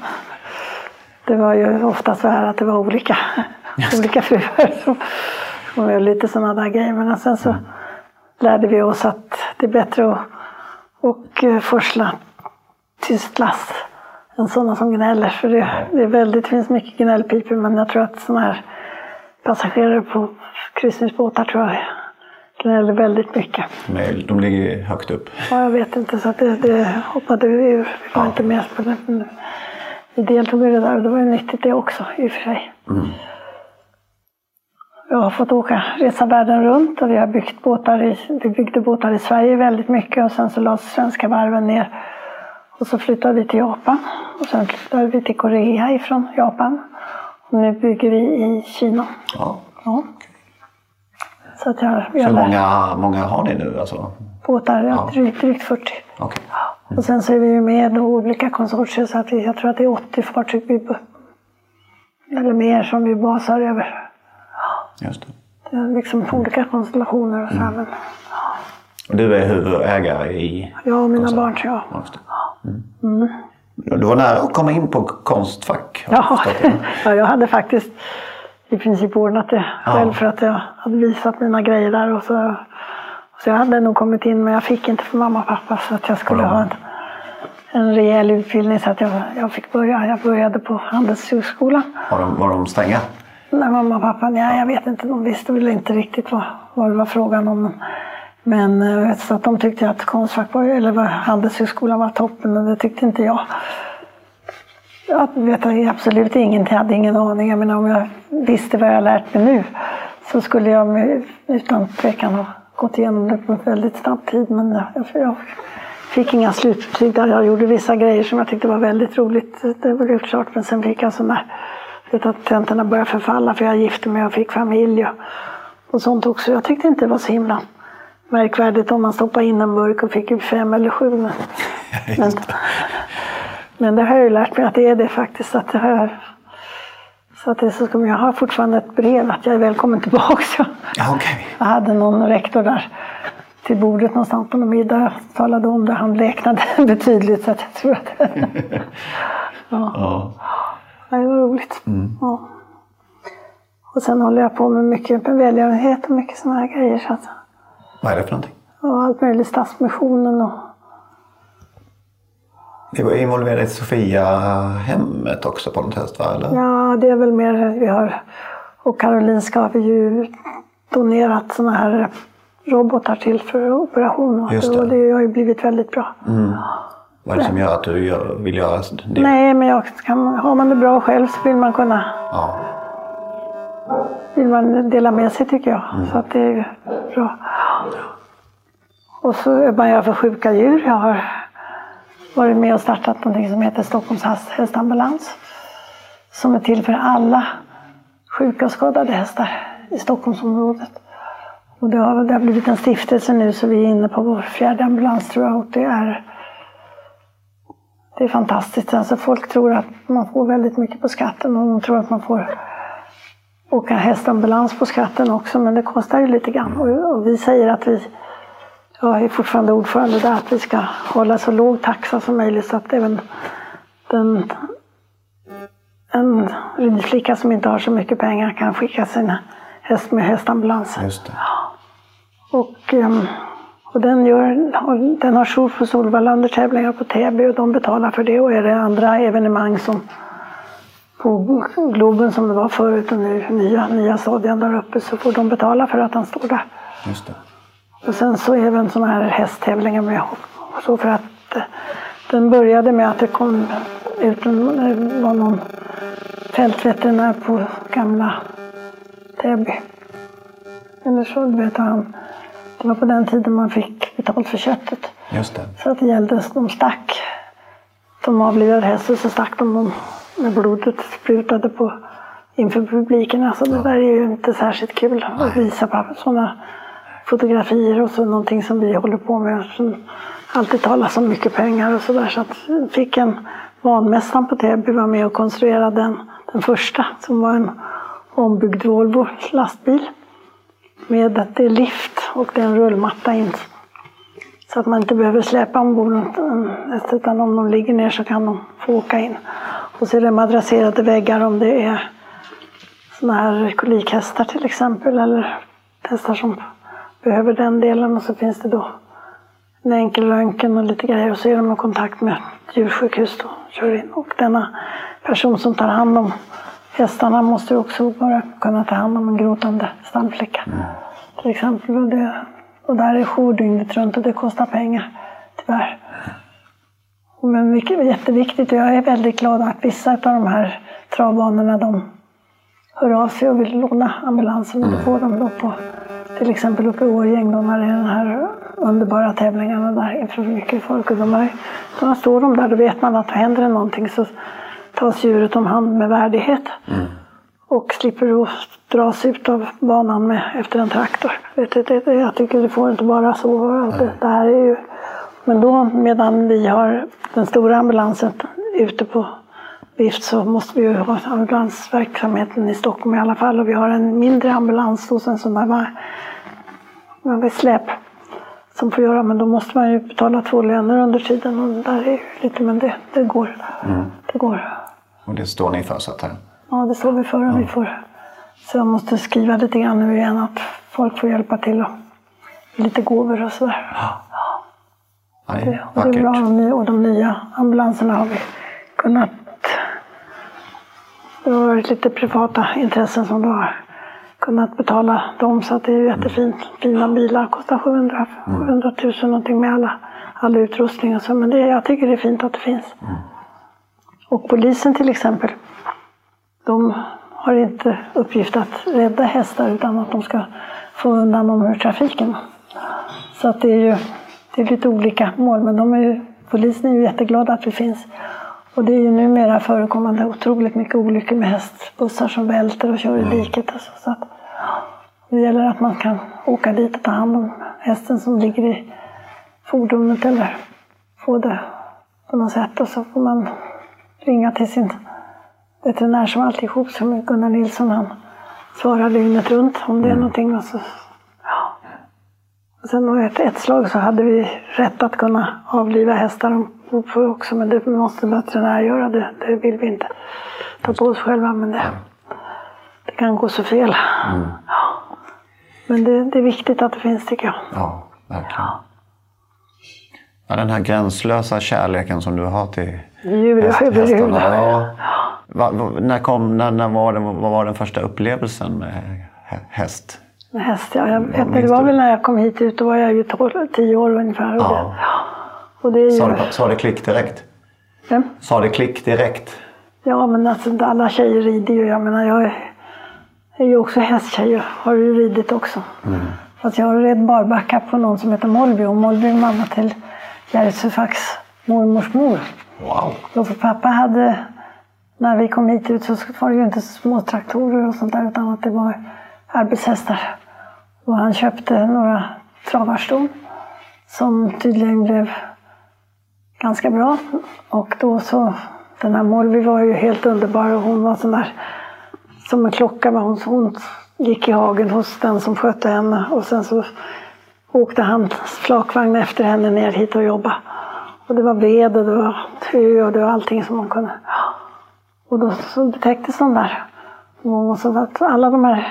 S4: Det var ju ofta så här att det var olika, olika fruar. Och det var lite sådana där grejer. Men sen så... Mm. lärde vi oss att det är bättre att och forsla tyst lass än sådana som gnäller. För det, det är väldigt, det finns mycket gnällpipor, men jag tror att sådana här passagerare på kryssningsbåtar tror jag gnäller väldigt mycket.
S5: Men de ligger högt upp?
S4: Ja, jag vet inte, så att det, det hoppade vi ur. Vi var ja. inte med på det. Men vi deltog i det där och det var ju nyttigt det också i och för sig. Mm. Jag har fått åka, resa världen runt, och vi har byggt båtar i, vi byggde båtar i Sverige väldigt mycket, och sen så lades svenska varven ner. Och så flyttade vi till Japan, och sen flyttade vi till Korea ifrån Japan. Och nu bygger vi i Kina. Ja. Ja. Så att jag, jag
S5: Hur många, många har ni nu alltså?
S4: Båtar, ja. drygt, drygt fyrtio.
S5: Okay.
S4: Mm. Och sen så är vi ju med i olika konsortier, så att vi, jag tror att det är åttio fartyg vi, eller mer som vi basar över.
S5: Just det.
S4: Det är liksom olika konstellationer och så här. Mm. Ja.
S5: Och du är huvudägare i...
S4: Ja, och mina barn, ja.
S5: Mm. Mm. Du var nära att komma in på Konstfack.
S4: Ja. Ja, jag hade faktiskt i princip ordnat det själv, ja. För att jag hade visat mina grejer där. Och så, så jag hade nog kommit in, men jag fick inte för mamma och pappa, så att jag skulle ha en, en rejäl utbildning, så att jag, jag fick börja. Jag började på Handelshögskolan.
S5: Var de, var de stränga?
S4: Nej, mamma och pappa, nej, jag vet inte, de visste väl inte riktigt vad, vad det var frågan om. Men så att de tyckte att Konstfack var, eller Handelshögskolan var toppen, och det tyckte inte jag. Jag vet absolut ingenting, jag hade ingen aning. Jag menar, om jag visste vad jag lärt mig nu så skulle jag med, utan tvekan ha gått igenom det på en väldigt snabb tid. Men jag, jag fick inga slutbetyg där. Jag gjorde vissa grejer som jag tyckte var väldigt roligt. Det var ju klart, men sen fick jag sån där... att tentorna började förfalla, för jag gifte mig och fick familj och, och sånt också. Jag tyckte inte det var så himla märkvärdigt om man stoppade in en burk och fick ut fem eller sju. Men, men, men det har jag ju lärt mig att det är det faktiskt. Att det här, så att det så kommer jag ha fortfarande ett brev att jag är välkommen tillbaka.
S5: Ja, okay.
S4: Jag hade någon rektor där till bordet någonstans på någon middag. Jag talade om det, han räknade betydligt, så att jag tror att ja. Ja. Ja, det var roligt. Mm. Ja. Och sen håller jag på med mycket med välgörenhet och mycket sådana här grejer. Så att,
S5: vad är det för någonting?
S4: Och allt möjligt, Stadsmissionen och...
S5: Det var involverat i Sofia-hemmet också på något sätt, va? Eller?
S4: Ja, det är väl mer vi har... Och Karolinska har vi ju donerat sådana här robotar till för operation.
S5: Just det.
S4: Och det har ju blivit väldigt bra. Mm.
S5: Vad är det som gör att du gör, vill göra det?
S4: Nej, men jag kan, har man det bra själv så vill man kunna... Ja. Vill man dela med sig, tycker jag. Mm. Så att det är bra. Och så är man gör för sjuka djur. Jag har varit med och startat något som heter Stockholms hästambulans. Som är till för alla sjuka och skadade hästar i Stockholmsområdet. Och det har, det har blivit en stiftelse nu så vi är inne på vår fjärde ambulans tror jag. Och det är, det är fantastiskt. Alltså folk tror att man får väldigt mycket på skatten och de tror att man får åka hästambulans på skatten också. Men det kostar ju lite grann. Och, och vi säger att vi, jag är fortfarande ordförande där, att vi ska hålla så låg taxa som möjligt så att även den, en ridflicka som inte har så mycket pengar kan skicka sina häst med hästambulans.
S5: Just det.
S4: Och, och den, gör, den har jour på Solvalla under tävlingar på Täby och de betalar för det. Och är det andra evenemang som på Globen som det var förut och nu nya, nya stadion där uppe så får de betala för att han står där.
S5: Just det.
S4: Och sen så även sådana här hästtävlingar med och så för att den började med att det kom ut en, det var någon fältveterinär på gamla Täby. Eller så vet han, det var på den tiden man fick betalt för köttet.
S5: Just det.
S4: Så att det gällde, de stack, de avlivade hästar så stack de dem med blodet sprutade på inför publiken. Alltså det där är ju inte särskilt kul att visa på sådana fotografier och så någonting som vi håller på med. Som alltid talas om mycket pengar och sådär. Så att fick en vanmästaren på Täby var med och konstruerade den, den första som var en ombyggd Volvo lastbil. Med att det är lift och det är en rullmatta in. Så att man inte behöver släpa ombord utan om de ligger ner så kan de få åka in. Och så är det madrasserade väggar om det är såna här kolikhästar till exempel. Eller hästar som behöver den delen. Och så finns det då en enkel röntgen och lite grejer. Och så är de i kontakt med djursjukhus och kör in. Och denna person som tar hand om hästarna måste också bara kunna ta hand om en gråtande stallflicka. Mm. Till exempel. Och, det, och där är jour dygnet runt och det kostar pengar. Tyvärr. Men det är jätteviktigt och jag är väldigt glad att vissa av de här travbanorna de hör av sig och vill låna ambulansen. Och då får de då på till exempel uppe i Årgäng då när det är den här underbara tävlingarna där inför mycket folk. Och de är, då står de där, då vet man att det händer någonting så tas djuret om hand med värdighet. Mm. Och slipper då dras ut av banan med, efter en traktor. Vet du, det, jag tycker det får inte bara så vara. Det, det här är ju, men då medan vi har den stora ambulansen ute på vift så måste vi ju ha ambulansverksamheten i Stockholm i alla fall. Och vi har en mindre ambulans hos en sån där med släp som får göra. Men då måste man ju betala två löner under tiden. Och där är ju lite, men det, det går. Mm. Det går.
S5: Och det står ni för så att säga? Ja,
S4: det står vi för. Mm. Vi får, så jag måste skriva lite grann nu igen att folk får hjälpa till och lite gåvor och sådär. Ja. Ja. Det, och det är bra. Och de nya ambulanserna har vi kunnat. Det har varit lite privata intressen som då har kunnat betala dem så att det är jättefint. Fina bilar kostar sjuhundra tusen någonting med alla, alla utrustning och så. Men det, jag tycker det är fint att det finns. Mm. Och polisen till exempel, de har inte uppgift att rädda hästar utan att de ska få undan dem ur trafiken. Så att det är ju det är lite olika mål, men de är ju, polisen är ju jätteglada att vi finns. Och det är ju numera förekommande otroligt mycket olyckor med hästbussar som välter och kör i diket. Och så, så att det gäller att man kan åka dit och ta hand om hästen som ligger i fordonet eller få det på något sätt. Och så får man ringa till sin veterinär som alltid ihop som Gunnar Nilsson. Han svarar dygnet runt om det är någonting. Och så, ja. Och sen ett, ett slag så hade vi rätt att kunna avliva hästar också, men det måste veterinär göra. Det, det vill vi inte ta på oss själva, men det, det kan gå så fel. Mm. Ja. Men det, det är viktigt att det finns, tycker jag.
S5: Ja, verkligen. Ja, den här gränslösa kärleken som du har till häst, hästarna. Ja. Va, va, när, kom, när, när var det, vad var den första upplevelsen med häst?
S4: Med häst, ja. Jag vet, det var väl när jag kom hit ut, då var jag ju tolv, tio år ungefär. Och ja. Det, och det är ju...
S5: sa, det, sa det klick direkt?
S4: Vem?
S5: Sa det klick direkt?
S4: Ja, men alltså alla tjejer rider ju. Jag menar, jag är, är ju också hästtjej och har ju ridit också. Mm. Fast jag har red barbacka på någon som heter Molby. Och Molby är mamma till Järvsö Fax mormors mor.
S5: Wow.
S4: Och för pappa hade, när vi kom hit ut så var det ju inte små traktorer och sånt där utan att det var arbetshästar. Och han köpte några travarston som tydligen blev ganska bra. Och då så, den här Morvi var ju helt underbar och hon var sån där, som en klocka var hon. Hon gick i hagen hos den som skötte henne och sen så åkte han flakvagn efter henne ner hit och jobba. Och det var ved och det var tö och det var allting som man kunde. Och då så betäcktes de där. Och så att alla de här,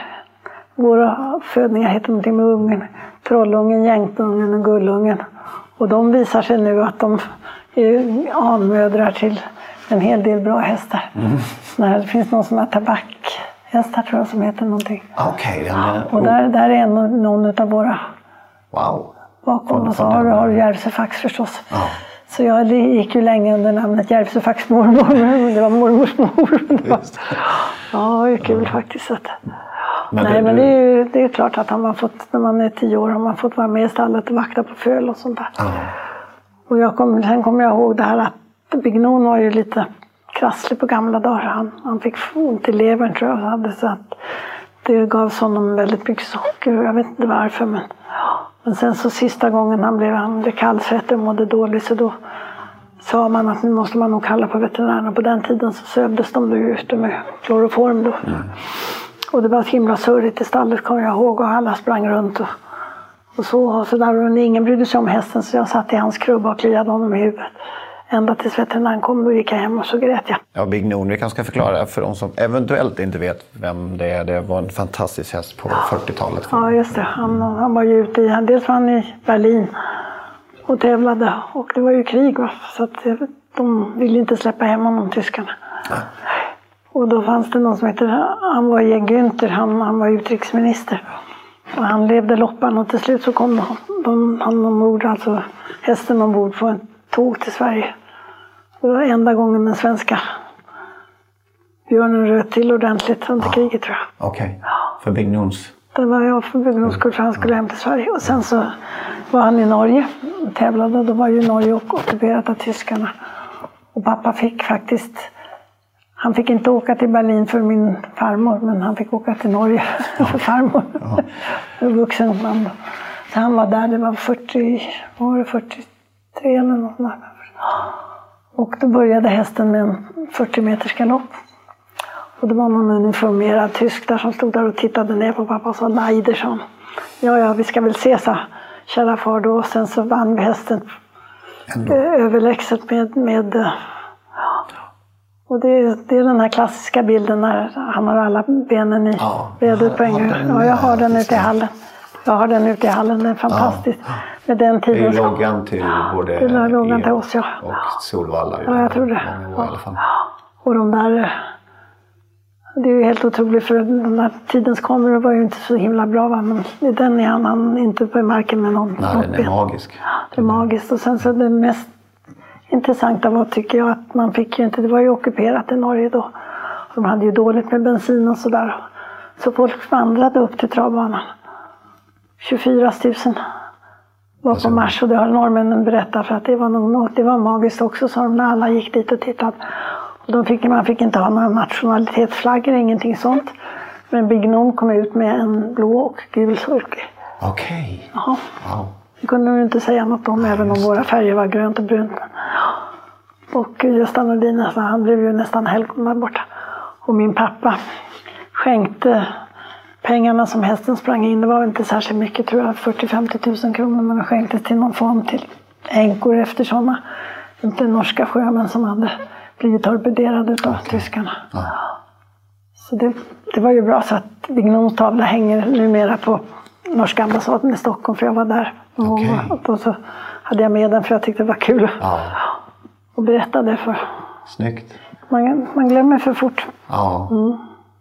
S4: våra födningar heter någonting med ungen. Trollungen, jänkungen och gullungen. Och de visar sig nu att de är anmödrar till en hel del bra hästar. Mm. När det finns någon som har tabackhästar tror jag som heter någonting.
S5: Okej. Okay, är...
S4: Och där, där är en, någon av våra.
S5: Wow.
S4: Bakom och så har du, har du Järvsöfax förstås.
S5: Ja.
S4: Så jag det gick ju länge under namnet Järvsöfax mormor, men det var mormors mor. Det var, ja, det är kul mm. faktiskt. Att, men nej, det, men det är ju det är klart att han har fått, när man är tio år har man fått vara med i stallet och vakta på föl och sånt där. Mm. Och jag kom, sen kommer jag ihåg det här att Bignon var ju lite krasslig på gamla dagar. Han, han fick ont i levern tror jag. Hade, så att det gavs honom väldigt mycket socker. Jag vet inte varför, men... Men sen så sista gången han blev, han blev kallsvettig och mådde dåligt så då sa man att nu måste man nog kalla på veterinären. Och på den tiden så sövdes de då ute med kloroform då. Mm. Och det var ett himla surrigt i stallet kommer jag ihåg och alla sprang runt och, och så. Och så där, och ingen brydde sig om hästen så jag satt i hans krubba och kliade honom i huvudet. Ända tills veterinären kom, då gick jag hem och så grät jag.
S5: Ja, Bignon, vi kanske ska förklara för de som eventuellt inte vet vem det är. Det var en fantastisk häst på fyrtiotalet.
S4: Ja, just det. Han, han var ju ute i, dels var han i Berlin och tävlade. Och det var ju krig va? Så att de ville inte släppa hem honom, tyskarna. Ja. Och då fanns det någon som heter, han var i Günther, han, han var utrikesminister. Och han levde loppan och till slut så kom de, de, han ombord, alltså hästen ombord på en tåg till Sverige. Det var enda gången den svenska björnen röt till ordentligt under ja. kriget tror jag.
S5: Okej, okay. För Bignons?
S4: Det var jag för Bignons skull för han skulle hem till Sverige. Och sen så var han i Norge och tävlade. Då var ju Norge ockuperat av tyskarna. Och pappa fick faktiskt, han fick inte åka till Berlin för min farmor, men han fick åka till Norge för farmor. Ja. En vuxen man. Så han var där, det var fyrtio, var det fyrtiotre eller något sånt där. Och då började hästen med en fyrtio meters galopp. Och det var någon uniformerad tysk där som stod där och tittade ner på pappa och sa Leider, sa han. Ja, ja, vi ska väl se, så kära far då. Och sen så vann vi hästen ändå överlägset med, med och det, det är den här klassiska bilden när han har alla benen i ja, vädret på en gång. Ja, jag har den ute i hallen. Jag har den ute i hallen, den är fantastisk. Ja, ja. Med den tiden.
S5: Det är loggan till både
S4: det är loggan till oss, ja.
S5: Och Solvalla.
S4: Ja, jag tror det.
S5: År, i alla fall.
S4: Och de där, det är ju helt otroligt för den där tidens kameror var ju inte så himla bra va? Men den är han, han inte på marken med någon.
S5: Nej, den är ben. Magisk.
S4: Det är magiskt och sen så det mest intressanta var tycker jag att man fick ju inte, det var ju ockuperat i Norge då. De hade ju dåligt med bensin och sådär. Så folk vandrade upp till travbanan. tjugofyra tusen var på marsch och det har norrmännen berättat för att det var något, det var magiskt också så när alla gick dit och tittade. Och de fick, man fick inte ha några nationalitetsflaggor, ingenting sånt. Men Bignon kom ut med en blå och gul sulke.
S5: Okej.
S4: Okay.
S5: Wow.
S4: Det kunde de inte säga något om, ja, även om våra färger var grönt och brunt. Och Gösta Nordin, han blev ju nästan helgon där borta. Och min pappa skänkte pengarna som hästen sprang in, det var inte särskilt mycket, tror jag, fyrtio till femtio tusen kronor, men det skänktes till någon fond till änkor efter sådana, inte norska sjömän som hade blivit torpederade av okay. tyskarna. Ja. Så det, det var ju bra, så att Bignons tavla hänger numera på norska ambassaden i Stockholm, för jag var där. Okay. Och då så hade jag med den för jag tyckte det var kul ja. Och berättade för.
S5: Snyggt.
S4: Man, man glömmer för fort.
S5: Ja. Mm.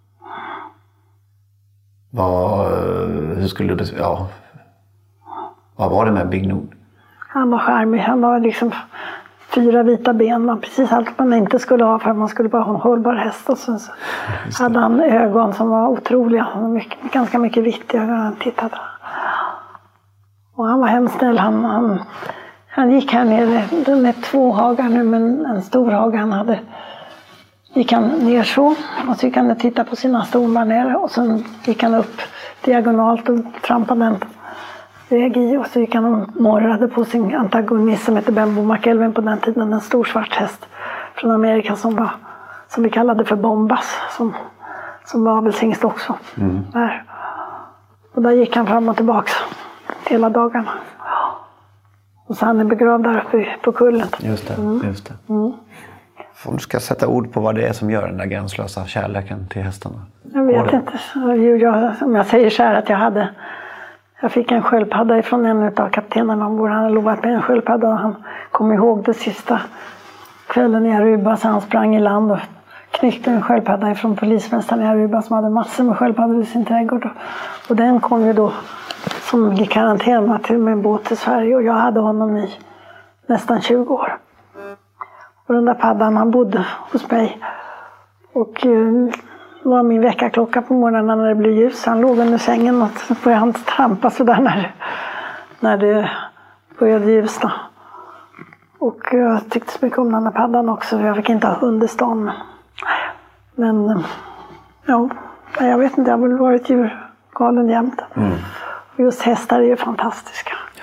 S5: Vad, hur skulle du, ja, vad var det med Bignon?
S4: Han var charmig, han var liksom fyra vita ben, man precis allt man inte skulle ha för man skulle bara ha en hållbar häst. Och sen så hade han ögon som var otroliga, mycket, ganska mycket vitt i ögonen, han tittade. Och han var hemskt snäll, han, han, Han gick här nere, den är två hagar nu, men en stor hage han hade. Gick han ner så och så gick han och tittade på sina stommar nere och sen gick han upp diagonalt och trampade en väg i och så gick han och morrade på sin antagonist som hette Benbo McElvin på den tiden, en stor svart häst från Amerika som var, som vi kallade för Bombas, som, som var avelshingst också. Mm. Där. Och där gick han fram och tillbaka hela dagarna. Och så han är begravd där uppe på kullen.
S5: Just det,
S4: mm.
S5: just det.
S4: Mm.
S5: Om du ska sätta ord på vad det är som gör den där gränslösa kärleken till hästarna.
S4: Jag vet inte. Jag, om jag säger så här att jag hade... Jag fick en sköldpadda ifrån en av kaptenerna ombord. Han hade lovat mig en sköldpadda och han kom ihåg det sista kvällen i Aruba. Så han sprang i land och knyckte en sköldpadda ifrån polismästaren i Aruba som hade massor med sköldpaddor i sin trädgård. Och den kom ju då som gick karantän till med en båt till Sverige och jag hade honom i nästan tjugo år. Och den där paddan, han bodde hos mig och uh, var min väckarklocka på morgonen när det blev ljus. Han låg under sängen och så började han trampa sådär när, när det började ljusna. Och jag tyckte så mycket om den där paddan också, för jag fick inte ha hund i stan. Men ja, jag vet inte, jag har väl varit djurgalen jämt. Mm. Och just hästar är ju fantastiska. Ja.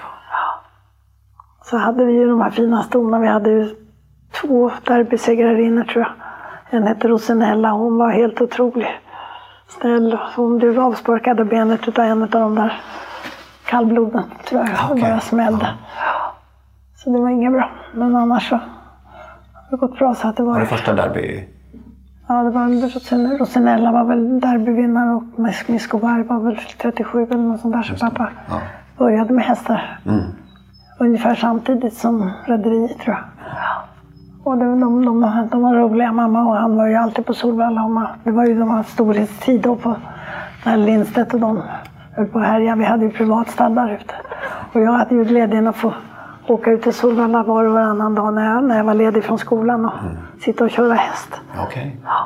S4: Så hade vi ju de här fina stommarna, vi hade ju två derbysegrarinnor tror jag. En hette Rosinella, hon var helt otrolig. Snäll, hon blev avsparkad av benet utav en av de där kallbloden tror jag. Okay. Bara smällde. Ja. Så det var inget bra. Men annars så har det gått bra så att det var...
S5: Var det första derby?
S4: Ja, det var Rosinella var väl derbyvinnare och Miskovar var väl trettiosju eller något sånt där. Så pappa ja. började med hästar. Mm. Ungefär samtidigt som rederiet tror jag. Och de, de, de, de var roliga, mamma och han var ju alltid på Solvalla. Det var ju de här storhetstid då på när Lindstedt och de höll på här. Ja, vi hade ju privatstall där ute. Och jag hade ju glädjen att få åka ut till Solvalla var och varannan dag när jag, när jag var ledig från skolan och mm. sitta och köra häst.
S5: Okej. Okay.
S4: Ja.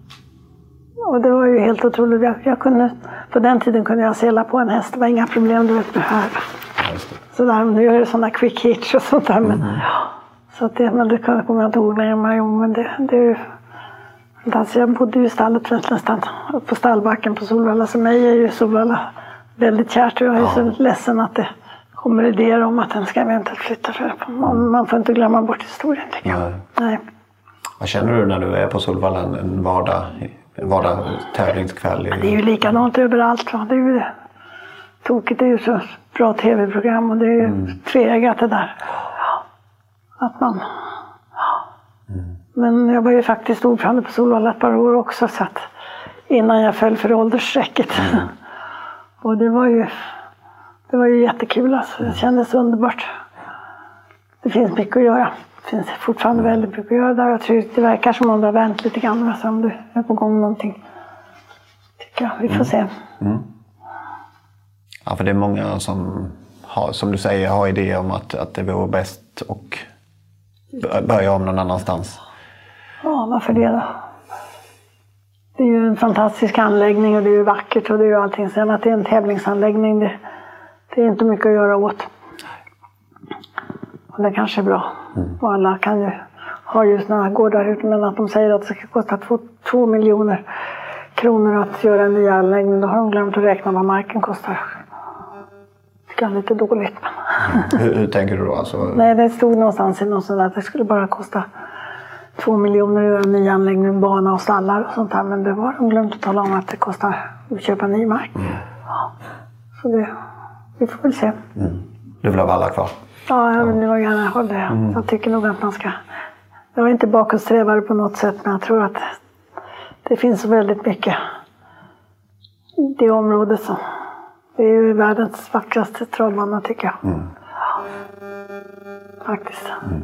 S4: Och det var ju helt otroligt. Jag, jag kunde, på den tiden kunde jag sela på en häst. Det var inga problem, du vet, med här. Så där, nu är det sådana quick hitch och sånt där. Men, mm. Så att det, men det kommer jag inte ihåg längre. Men det, det är ju... Alltså jag bodde ju i stallet nästan på stallbacken på Solvalla. Så mig är ju Solvalla väldigt kärt. Jag är ja. så ledsen att det kommer idéer om att den ska eventuellt flytta. Man, man får inte glömma bort historien tycker jag. Nej. Nej.
S5: Vad känner du när du är på Solvalla en vardag, en vardag tävlingskväll?
S4: Det är ju likadant överallt. Va? Det är ju tokigt, det är ju så bra tv-program och det är ju mm. tveeggat det där. Att man... Mm. Men jag var ju faktiskt ordförande på Solvalla ett par år också så att innan jag föll för åldersstrecket. Mm. Och det var ju det var ju jättekul alltså. Det kändes underbart. Det finns mycket att göra. Det finns fortfarande mm. väldigt mycket att göra där. Jag tror det verkar som om det har vänt lite grann. Alltså om du är på gång någonting. Tycker jag. Vi får mm. se. Mm.
S5: Ja, för det är många som har, som du säger, har idéer om att, att det vore bäst och börja om någon annanstans.
S4: Ja, varför det då? Det är ju en fantastisk anläggning och det är ju vackert och det är ju allting. Sen att det är en tävlingsanläggning, det, det är inte mycket att göra åt. Och det kanske är bra. Mm. Och alla kan ju ha just några gårdar ute, men att de säger att det ska kosta två, två miljoner kronor att göra en ny anläggning. Då har de glömt att räkna vad marken kostar. Det är lite dåligt.
S5: Mm. Hur, hur tänker du då? Alltså...
S4: Nej, det stod någonstans i någon sån att det skulle bara kosta två miljoner att göra en ny anläggning, bana och stallar och sånt där. Men det var de glömt att tala om att det kostar att köpa ny mark. Mm. Ja. Så det, vi får väl se.
S5: Mm. Du vill ha alla kvar?
S4: Ja, jag vill nog gärna ha det. Mm. Jag tycker nog att man ska... Jag är inte bakåtsträvare på något sätt, men jag tror att det finns väldigt mycket i det området som... Det är ju världens vackraste travbana tycker jag. Mm. Ja. Faktiskt. Mm.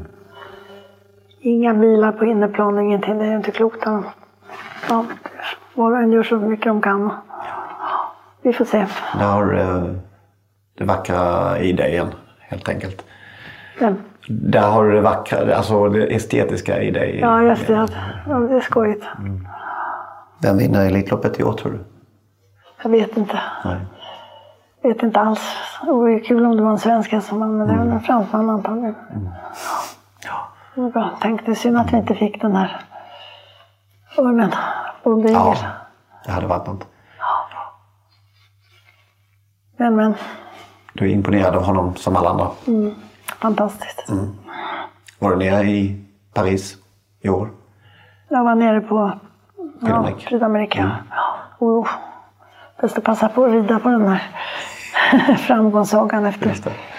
S4: Inga bilar på inneplan och ingenting. Det är ju inte klokt. Ja, var och en gör så mycket de kan. Ja. Vi får se.
S5: Där har du det vackra i dig igen, helt enkelt.
S4: Ja.
S5: Där har du det vackra, alltså det estetiska i dig.
S4: Ja, just det. Ja, det är skojigt.
S5: Mm. Vem vinner Elitloppet i år tror du?
S4: Jag vet inte.
S5: Nej.
S4: vet inte alls. Det vore kul om det var en svensk hästman, men det var en fransman antagligen.
S5: Mm. Ja.
S4: Det var bra. Tänkte synd att vi inte fick den här örnen. Bonde Igel.
S5: Ja, det hade varit något.
S4: Men, men.
S5: Du är imponerad av honom som alla andra.
S4: Mm. Fantastiskt.
S5: Mm. Var du nere i Paris i år?
S4: Jag var nere på
S5: Sydamerika.
S4: Ja, Sydamerika.
S5: Mm.
S4: Och bäst att passa på att rida på den här framgångssagan efter.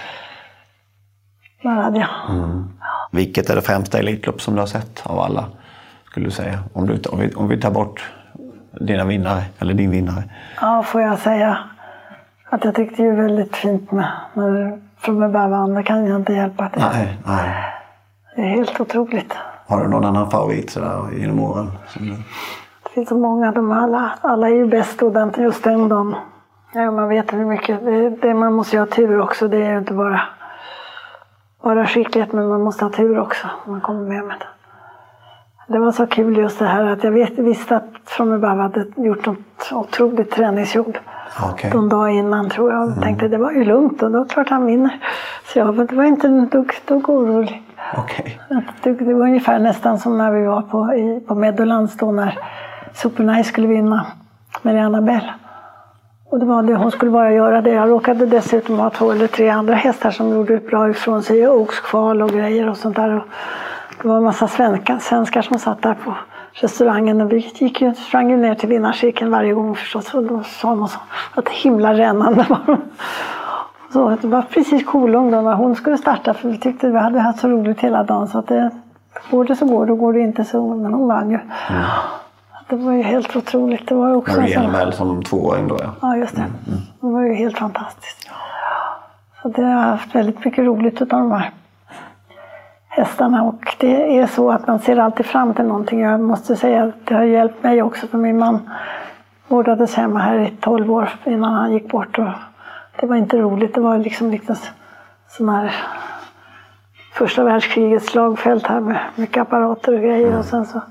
S4: Där hade jag.
S5: Mm. Vilket är det främsta elitlopp som du har sett av alla, skulle du säga? Om, du, om, vi, om vi tar bort dina vinnare, eller din vinnare.
S4: Ja, får jag säga att jag tyckte ju väldigt fint med när Frommeberg vann. Det kan jag inte hjälpa till.
S5: Nej, nej.
S4: Det är helt otroligt.
S5: Har du någon annan favorit sådär genom åren? Som du...
S4: Det finns så många. De alla, alla är ju bäst och den, just den dagen. Ja, man vet hur mycket. Det, det, man måste ju ha tur också. Det är ju inte bara, bara skicklighet, men man måste ha tur också. Man kommer med med det. Det var så kul just det här att jag vet, visste att Frommeberg hade gjort ett otroligt träningsjobb.
S5: Okay.
S4: De dagar innan tror jag. Och tänkte det var ju lugnt och då klart han vinner. Så jag var inte dugg, dugg orolig.
S5: Okay.
S4: Det, det var ungefär nästan som när vi var på, i, på Meadowlands då när Supernice skulle vinna med Annabelle. Och det var det hon skulle bara göra det. Jag råkade dessutom ha två eller tre andra hästar som gjorde bra ifrån sig. Oxkval och grejer och sånt där. Och det var en massa svenskar, svenskar som satt där på restaurangen och vi gick ju, sprang ju ner till vinnarcirkeln varje gång förstås. Och då sa de så att himla rännande var de. Så det var precis kolugn då när hon skulle starta, för vi tyckte vi hade haft så roligt hela dagen så att det, går det så går det, går det inte så, men hon vann ju. Mm. Det var ju helt otroligt. Det var också
S5: Marie Annabelle som tvååring då, ja.
S4: Ja, just det. Mm. Mm. Det var ju helt fantastiskt. Så det har jag haft väldigt mycket roligt utav de här hästarna och det är så att man ser alltid fram till någonting. Jag måste säga att det har hjälpt mig också, för min man vårdades hemma här i tolv år innan han gick bort och det var inte roligt. Det var liksom lite sån här första världskrigets slagfält här med mycket apparater och grejer. Mm. Och sen så,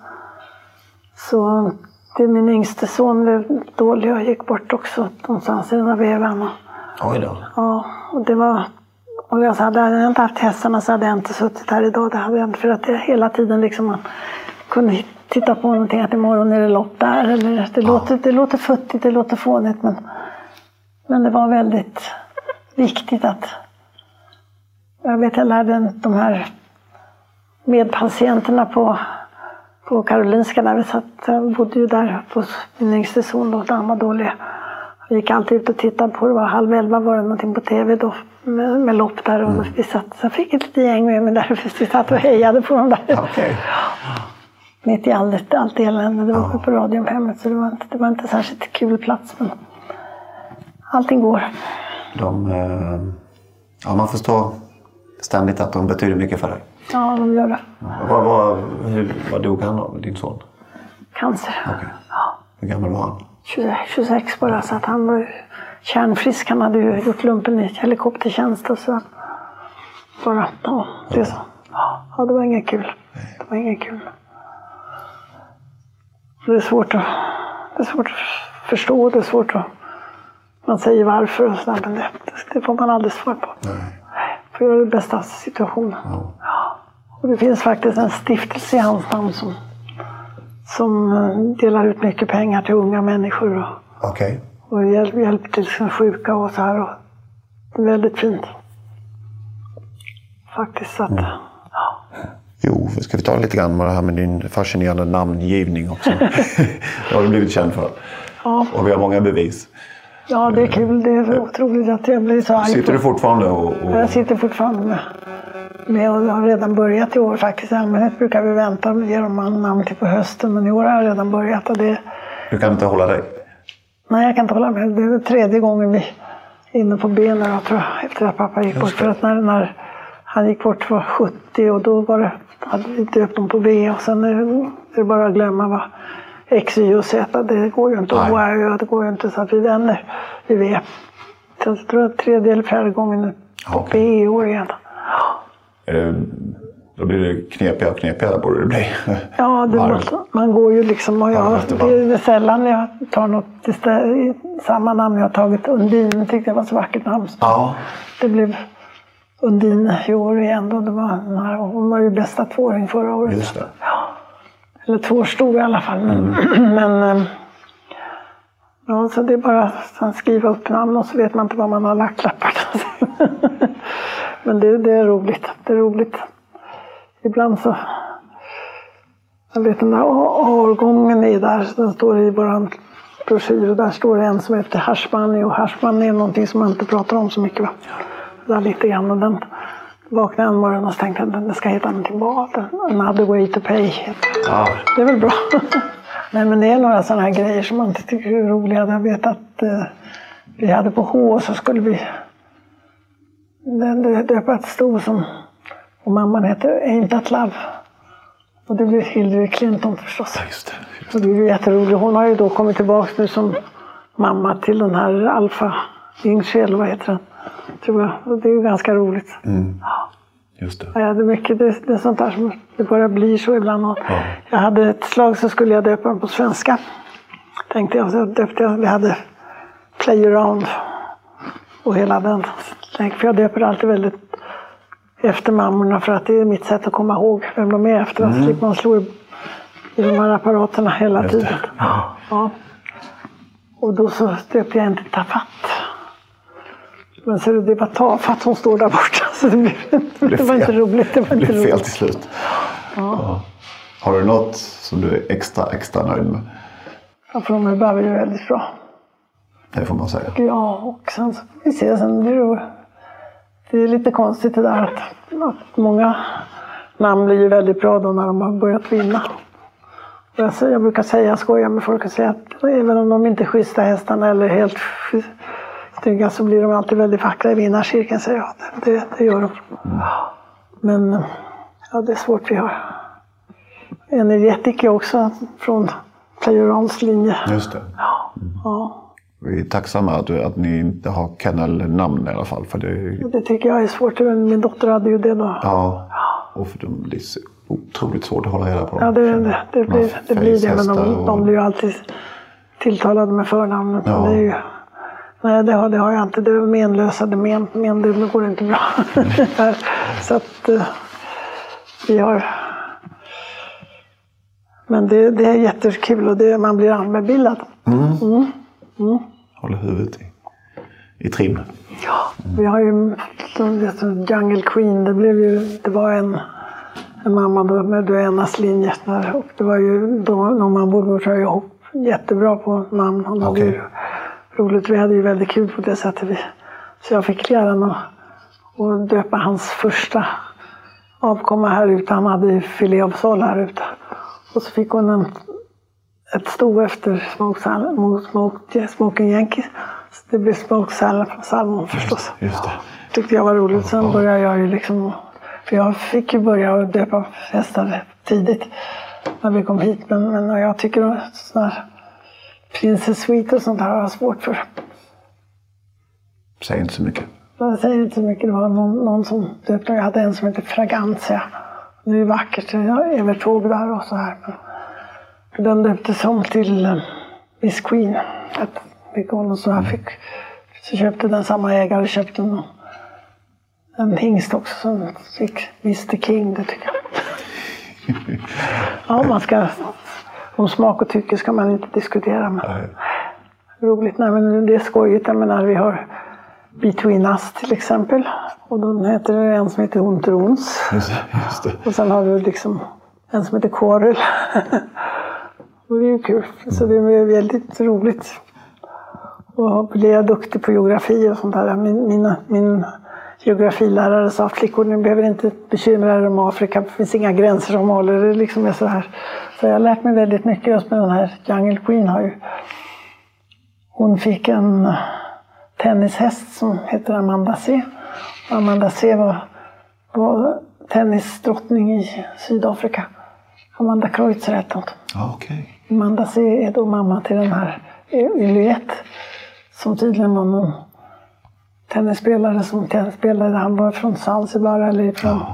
S4: så det min yngste son blev dålig och gick bort också någonstans i den här vevan.
S5: Oj då.
S4: Ja, och det var... Och jag sa, hade jag inte haft hästarna så hade jag inte suttit här idag. Det hade jag inte, för att det hela tiden liksom man kunde titta på någonting att imorgon är det lopp där. Eller det, ja. låter, det låter futtigt, det låter fånigt, men, men det var väldigt viktigt att... Jag vet, jag lärde de här medpatienterna på, på Karolinska när vi satt. Jag bodde ju där på min yngste son då, han var dålig. Jag gick alltid ut och tittade på det. Var halv elva var det någonting på tv då med, med lopp där. Och mm. vi satt, så jag fick ett litet gäng med mig där. Vi satt och hejade på dem där.
S5: Okay.
S4: Mitt i allt, allt elände. Det var ja. på radion på hemmet så det var inte, det var inte särskilt kul plats. Men allting går.
S5: De, eh, ja, man förstår ständigt att de betyder mycket för dig.
S4: Ja, de gör det.
S5: Ja. Vad, vad, hur, vad dog han av, din son?
S4: Cancer.
S5: Okay.
S4: Ja.
S5: Hur gammal var han?
S4: tjugosex bara, så att han var kärnfrisk. Han hade ju gjort lumpen i helikoptertjänst och så. Bara, ja, det är så. Ja, det var inget kul. Det var inget kul. Det är svårt att, det är svårt att förstå, det är svårt att... Man säger varför och sådär, men det, det får man aldrig svar på. Nej. För att göra det bästa av situationen. Ja. Ja. Och det finns faktiskt en stiftelse i hans namn som... som delar ut mycket pengar till unga människor och,
S5: okay.
S4: och hjälp, hjälp till sjuka och så här. Och det är väldigt fint. Faktiskt att, mm. ja.
S5: Jo, ska vi ta lite grann med det här med din fascinerande namngivning också. Det har du blivit känd för.
S4: Ja.
S5: Och vi har många bevis.
S4: Ja, det är kul. Det är otroligt att jag blir så arg.
S5: Sitter du fortfarande och... och...
S4: Jag sitter fortfarande med. med och jag har redan börjat i år faktiskt. I allmänhet brukar vi vänta och ge dem namn till på hösten. Men i år har jag redan börjat. Och det...
S5: Du kan inte hålla dig?
S4: Nej, jag kan inte hålla mig. Det är tredje gången vi är inne på benen, jag tror, efter att pappa gick bort. För att när, när han gick bort var sjuttio och då var det, hade vi döpt dem på V. Och sen är det, är det bara att glömma vad X, Y och Z. Det går ju inte. Och Y, det går ju inte, så att vi vänner i V. Så jag tror att tredje eller fjärde gången på okay. B i år igen.
S5: Är det Då blir det knepigare och knepigare borde det bli.
S4: Ja, det måste, man går ju liksom och jag, det är sällan jag tar något istället, samma namn jag har tagit. Undin, jag tyckte det var ett så vackert namn.
S5: Ja.
S4: Det blev Undin i år igen då. Det var, här, hon var ju bästa tvååring förra året.
S5: Just det.
S4: Ja. Eller tvåårsstor i alla fall. Men, mm. men ja, så det är bara att skriva upp namn och så vet man inte vad man har lagt lappar. Men det, det är roligt. Det är roligt. Ibland så, jag vet den där årgången är där, den står i våran broschyr och där står det en som heter Hashmani och Hashmani är någonting som man inte pratar om så mycket va. Det är lite grann och den vaknade en morgon och tänkte att den ska heta någonting bra. Another way to pay.
S5: Ja.
S4: Det är väl bra. Nej men det är några sådana här grejer som man inte tycker är roliga. Jag vet att eh, vi hade på H så skulle vi döpa ett sto som och mamman heter Ain't That Love. Och det blev Hillary Clinton förstås.
S5: Ja, just det.
S4: Och det är jätteroligt. Hon har ju då kommit tillbaka nu som mamma till den här Alfa Yngshel, vad heter den? Tror jag. Och det är ju ganska roligt.
S5: Mm. Just det.
S4: Ja, det är mycket, det, det är sånt där som det bara blir så ibland. Och
S5: ja.
S4: Jag hade ett slag så skulle jag döpa den på svenska. Tänkte jag, så döpte jag, vi hade Play Around och hela den. För jag döper alltid väldigt efter mammorna för att det är mitt sätt att komma ihåg vem de är efter. Mm. Att slipper man slå i, i de här apparaterna hela
S5: Just
S4: tiden. Ja. Ja. Och då så döpte jag inte Tafat. Men så det var Tafat som står där borta. Så det, blev, det, det var inte roligt. Det var inte
S5: fel
S4: roligt.
S5: till slut.
S4: Ja.
S5: Ja. Har du något som du är extra, extra nöjd med?
S4: Ja, för de är bara ju väldigt bra.
S5: Det får man säga.
S4: Ja, och sen så får vi se. Sen blir det, det är lite konstigt det där att, att många namn blir ju väldigt bra då när de har börjat vinna. Och jag, jag brukar säga, jag skojar med folk och säga att även om de inte är schyssta hästarna eller helt stygga så blir de alltid väldigt vackra i vinnarcirkeln, säger jag. Det, det gör de. Mm. Men ja, det är svårt vi har. Energetik är också från Plejorans linje.
S5: Just det.
S4: Ja. Mm. Ja.
S5: Vi är tacksamma att, du, att ni inte har kennelnamn i alla fall. För det...
S4: det tycker jag är svårt. Min dotter hade ju det då.
S5: Ja, och för de blir så otroligt svårt att hålla reda på.
S4: Ja, det, det, det, blir, det blir det. Men de, och... de blir ju alltid tilltalade med förnamnet. Ja. Det är ju, nej, det har, det har jag inte. Det är menlösade men, men det går inte bra. Så att uh, vi har... Men det, det är jättekul och det, man blir anbildad.
S5: Mm.
S4: Mm. Mm.
S5: Håller huvudet i, i trim.
S4: Ja, vi har ju Jungle Queen. Det blev ju, det var en, en mamma då med Duenas linje där. Och det var ju då när man bodde så ihop jättebra på namn. Och
S5: okay.
S4: Det var roligt. Vi hade ju väldigt kul på det sättet. Vi, så jag fick lära mig att döpa hans första avkomma här ute. Han hade filé av sol här ute. Och så fick hon en, ett sto efter smoke salmon, smoke, smoking Yankee. Så det blev smoke salmon förstås.
S5: Just det.
S4: Tyckte jag var roligt. Sen började jag ju liksom... För jag fick ju börja döpa hästar tidigt när vi kom hit. Men, men jag tycker att sån här Princess Sweet och sånt här har jag svårt för.
S5: Säg inte så mycket.
S4: Jag säger inte så mycket. Det var någon, någon som döpte. Jag hade en som heter Fragancia. Det är vackert. Jag övertåg där och så här. Men den döptes om till uh, Miss Queen. Att fick hon och så här fick. Så köpte den samma ägare. Köpte en, en hingst också som fick mister King. Det tycker jag. Ja, man ska... Om smak och tycke ska man inte diskutera. Men nej. Roligt. Nej, men det är skojigt. Jag menar, vi har Between Us till exempel. Och då heter det en som heter Hunterons.
S5: Just, just det.
S4: Och sen har du liksom en som heter Quarrel. Och det är ju kul. Så det är väldigt roligt. Och blir jag duktig på geografi och sånt där. Min, min, min geografilärare sa att flickor, ni behöver inte bekymra er om Afrika. Det finns inga gränser som håller. Det liksom är så här. Så jag har lärt mig väldigt mycket just med den här Jungle Queen. Har ju. Hon fick en tennishäst som heter Amanda C. Och Amanda C var, var tennisdrottning i Sydafrika. Amanda Kreutzer hette hon.
S5: Ah, okay.
S4: Amanda C är då mamma till den här Juliette. Som tydligen var någon tennisspelare som tennisspelare. Han var från Zanzibar eller från,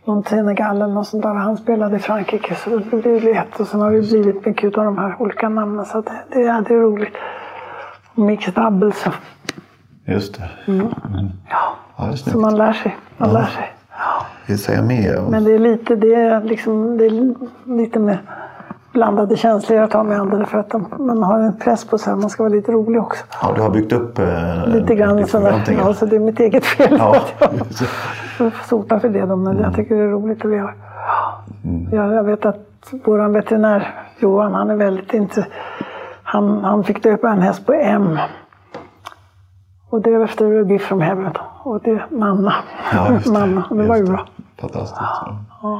S4: någon Senegal eller något sånt där. Han spelade i Frankrike så det blev lätt. Och sen har det blivit mycket av de här olika namnen. Så det, det, är, det är roligt. Och mixed doubles.
S5: Just det.
S4: Mm.
S5: Mm.
S4: Ja,
S5: ja det är
S4: så man lär sig. Man
S5: ja.
S4: lär sig. Ja.
S5: Vi säger mer. Om...
S4: Men det är lite, det är liksom, det är lite med blandade känslor att ha med andra. För att de, man har en press på sig. Man ska vara lite rolig också.
S5: Ja, du har byggt upp eh,
S4: lite grann sådär. Ja, så det är mitt eget fel.
S5: Ja.
S4: Jag får sota för det då, men mm. jag tycker det är roligt att vi har. Mm. Jag, jag vet att vår veterinär Johan, han är väldigt inte... Han, han fick döpa en häst på M. Och det var efter A Gift from Heaven. Och det är Manna.
S5: Ja, just det.
S4: Manna. Det var ju bra.
S5: Fantastiskt. Ja.
S4: Ja.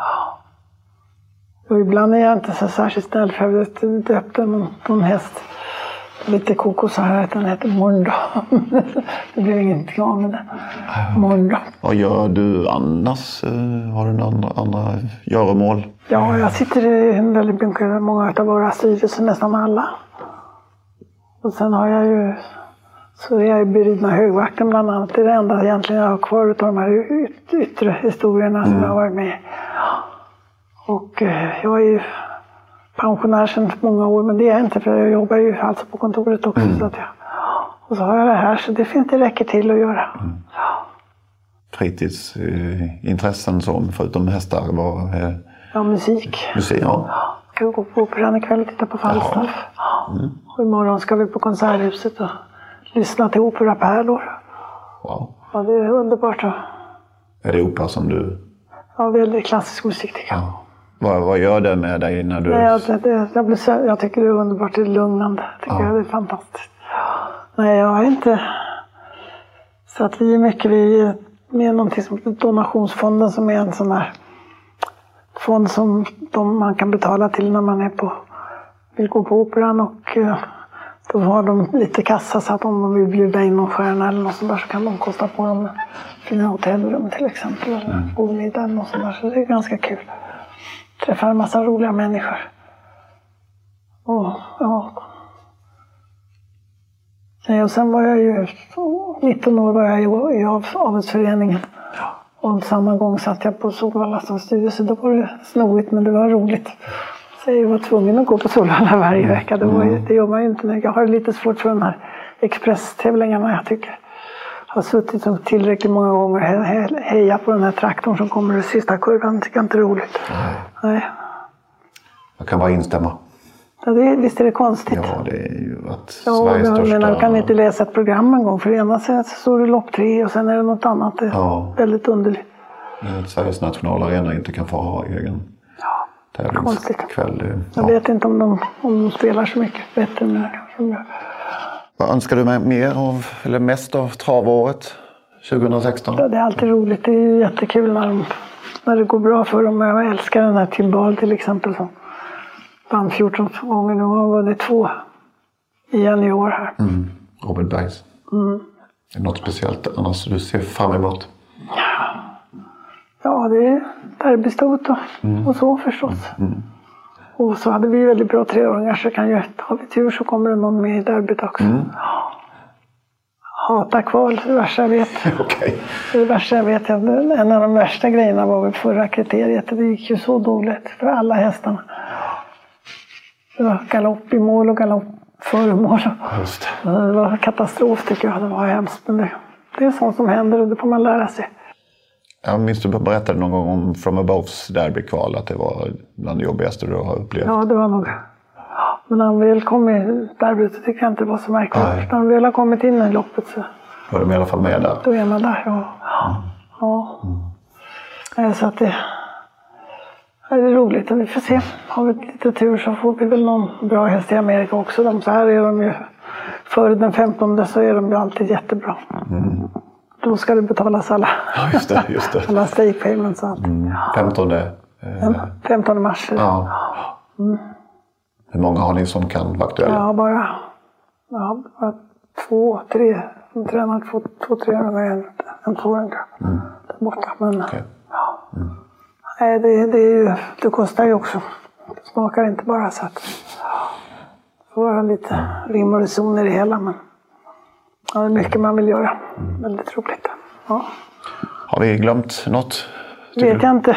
S4: Och ibland är jag inte så särskilt snäll för jag döpte någon, någon häst. Lite kokos här, att den heter Mondo. Det blev ingenting av med det. Mondo.
S5: Vad gör du annars? Har du några andra göromål?
S4: Ja, jag sitter i väldigt mycket, många av våra styrelser, nästan alla. Och sen har jag ju, så är jag i beridna högvakten bland annat. Det är det enda egentligen jag har kvar av de här yttre historierna mm. som jag har varit med. Och jag är ju pensionär sedan många år, men det är jag inte för jag jobbar ju alltså på kontoret också. Mm. Så att jag, och så har jag det här, så det finns inte räcker till att göra. Mm. Ja.
S5: Fritidsintressen som förutom hästar var... Eh,
S4: ja, musik.
S5: Musik, ja.
S4: Ja. Ska vi gå på operan ikväll och titta på Falstaff. Ja. Mm. Och imorgon ska vi på Konserthuset och lyssna till operapärlor.
S5: Wow.
S4: Ja, det är underbart. Och...
S5: Är det opera som du...
S4: Ja, väldigt klassisk musik tycker jag. Ja.
S5: Vad, vad gör det med dig när du...
S4: Nej, jag, det, jag, blir så, jag tycker det är underbart, det är lugnande. Tycker ja. jag det är fantastiskt. Nej, jag är inte... Så att vi är mycket, vi är med någonting som Donationsfonden som är en sån här fond som de, man kan betala till när man är på, vill gå på operan och då har de lite kassa så att om de vill bjuda in någon stjärna eller något sånt där så kan de kosta på dem fina hotellrum till exempel eller mm. bomiddag eller något sånt där, så det är ganska kul. Träffar en massa roliga människor. Och, ja. Och sen var jag ju, nitton år var jag i avelsföreningen. Och samma gång satt jag på Solvalla som styrelse. Då var det snodigt men det var roligt. Så jag var tvungen att gå på Solvalla varje vecka. Det, var, det gör man ju inte. Jag har lite svårt för de här expresstävlingarna. Jag tycker jag har suttit tillräckligt många gånger och heja på den här traktorn som kommer i sista kurvan. Det tycker jag inte är roligt. Nej. Nej.
S5: Jag kan bara instämma.
S4: Ja, det, visst är det konstigt?
S5: Ja, det är ju att
S4: ja,
S5: Sveriges
S4: jag
S5: största...
S4: menar, jag kan inte läsa ett program en gång. För ena så står det lopp tre och sen är det något annat. Det är ja. väldigt underligt.
S5: Sveriges nationalarena inte kan få ha egen
S4: ja,
S5: tävlingskväll. Ja.
S4: Jag vet inte om de, om de spelar så mycket bättre än jag.
S5: Vad önskar du med mer av, eller mest av travåret tjugo sexton?
S4: Ja, det är alltid roligt. Det är jättekul när, de, när det går bra för dem. Jag älskar den här Timbal till exempel som vann fjorton gånger. Nu har vunnit två igen i år här. Mm.
S5: Robert Bergs. Mm. Är det något speciellt annars du ser fram emot?
S4: Ja, ja det är derbystot och, mm. och så förstås. Mm. Mm. Och så hade vi väldigt bra treåringar så kan ju, har vi tur så kommer det någon med i derbyt också. Mm. Hata kval, det värsta jag vet.
S5: Okay.
S4: Det värsta jag vet, en av de värsta grejerna var väl förra kriteriet. Det gick ju så dåligt för alla hästarna. Det var galopp i mål och galopp före mål.
S5: Just det.
S4: Det var katastrof tycker jag, det var hemskt. Men det, det är sånt som händer och det får man lära sig.
S5: Jag minns du berättade någon gång om From Aboves derbykval, att det var bland det jobbigaste du har upplevt.
S4: Ja, det var nog. Men när han väl kom i derbyt tycker jag inte det var så märkligt. När han väl har kommit in i loppet så...
S5: Var de i alla fall med där?
S4: Då är man där, ja. Mm. Ja. Mm. Så att det... Det är roligt och vi får se. Har vi lite tur så får vi väl någon bra häst i Amerika också. De, så här är de ju... Före den femtonde så är de ju alltid jättebra. Mm. Då ska det betalas alla.
S5: Ja, just det, just det.
S4: Alla stake payments och allt. Mm.
S5: femtonde Eh...
S4: femtonde mars.
S5: Ja. Mm. Hur många har ni som kan vara aktuella?
S4: Ja, bara, ja, bara två, tre. De tränar två, två tre gånger en, en tvåhundra. Mm. Där borta. Men
S5: okay.
S4: ja. Mm. Nej, det, det, är ju, det kostar ju också. Det smakar inte bara så att det får vara lite mm. rim och reson i det hela. Men ja, det är mycket man vill göra. Mm. Väldigt roligt. Ja.
S5: Har vi glömt något
S4: vet du? Jag inte.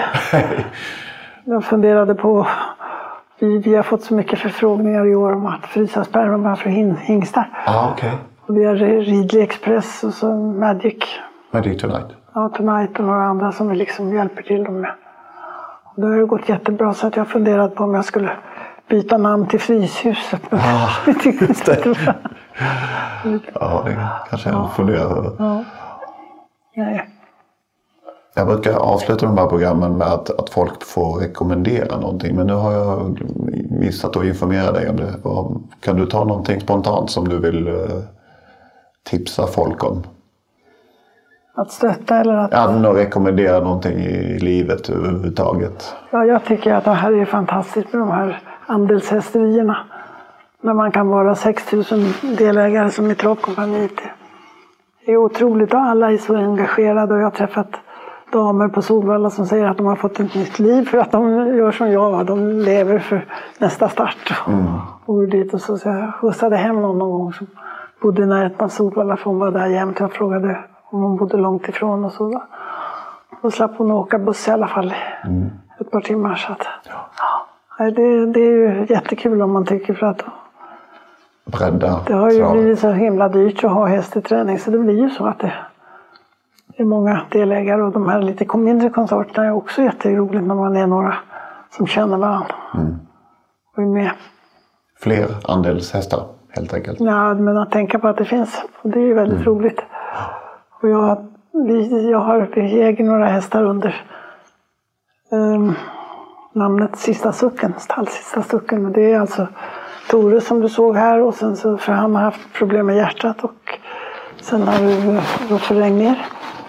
S4: Jag funderade på, vi, vi har fått så mycket förfrågningar i år om att frysa sperma för hin, hingstar.
S5: Ah, okay.
S4: Och vi har Ridley Express och så Magic.
S5: Magic Tonight.
S4: Ja, Tonight och några andra som vi liksom hjälper till dem med. Och det har ju gått jättebra så att jag funderat på om jag skulle byta namn till Fryshuset.
S5: Ah,
S4: just det.
S5: Ja, det kanske jag funderar över.
S4: Ja. Nej.
S5: Jag brukar avsluta de här programmen med att, att folk får rekommendera någonting. Men nu har jag missat att informera dig om det. Kan du ta någonting spontant som du vill uh, tipsa folk om?
S4: Att stötta eller att...
S5: Ja, och rekommendera någonting i livet överhuvudtaget.
S4: Ja, jag tycker att det här är fantastiskt med de här andelshästerierna. När man kan vara sex tusen delägare som i travkompaniet. Det är otroligt och alla är så engagerade och jag har träffat damer på Solvalla som säger att de har fått ett nytt liv för att de gör som jag, de lever för nästa start. Mm. Och dit och så, så jag skjutsade hem någon, någon gång som bodde i närheten av Solvalla för hon var där jämt. Jag frågade om hon bodde långt ifrån och så. Då slapp hon åka buss i alla fall mm. ett par timmar. Så att, ja. det, det är ju jättekul om man tycker för att
S5: bredda.
S4: Det har ju blivit så himla dyrt att ha häst i träning så det blir ju så att det Det är många delägare och de här lite mindre konsorterna är också jätteroligt när man är några som känner varandra. Mm. Och är med.
S5: Fler andelshästar helt enkelt.
S4: Ja, men att tänka på att det finns. Och det är ju väldigt mm. roligt. Och jag, jag har vi äger några hästar under um, namnet Sista Sucken, stall Sista Sucken. Men det är alltså Tore som du såg här och sen så för han har haft problem med hjärtat och sen har vi Roffe Regnér.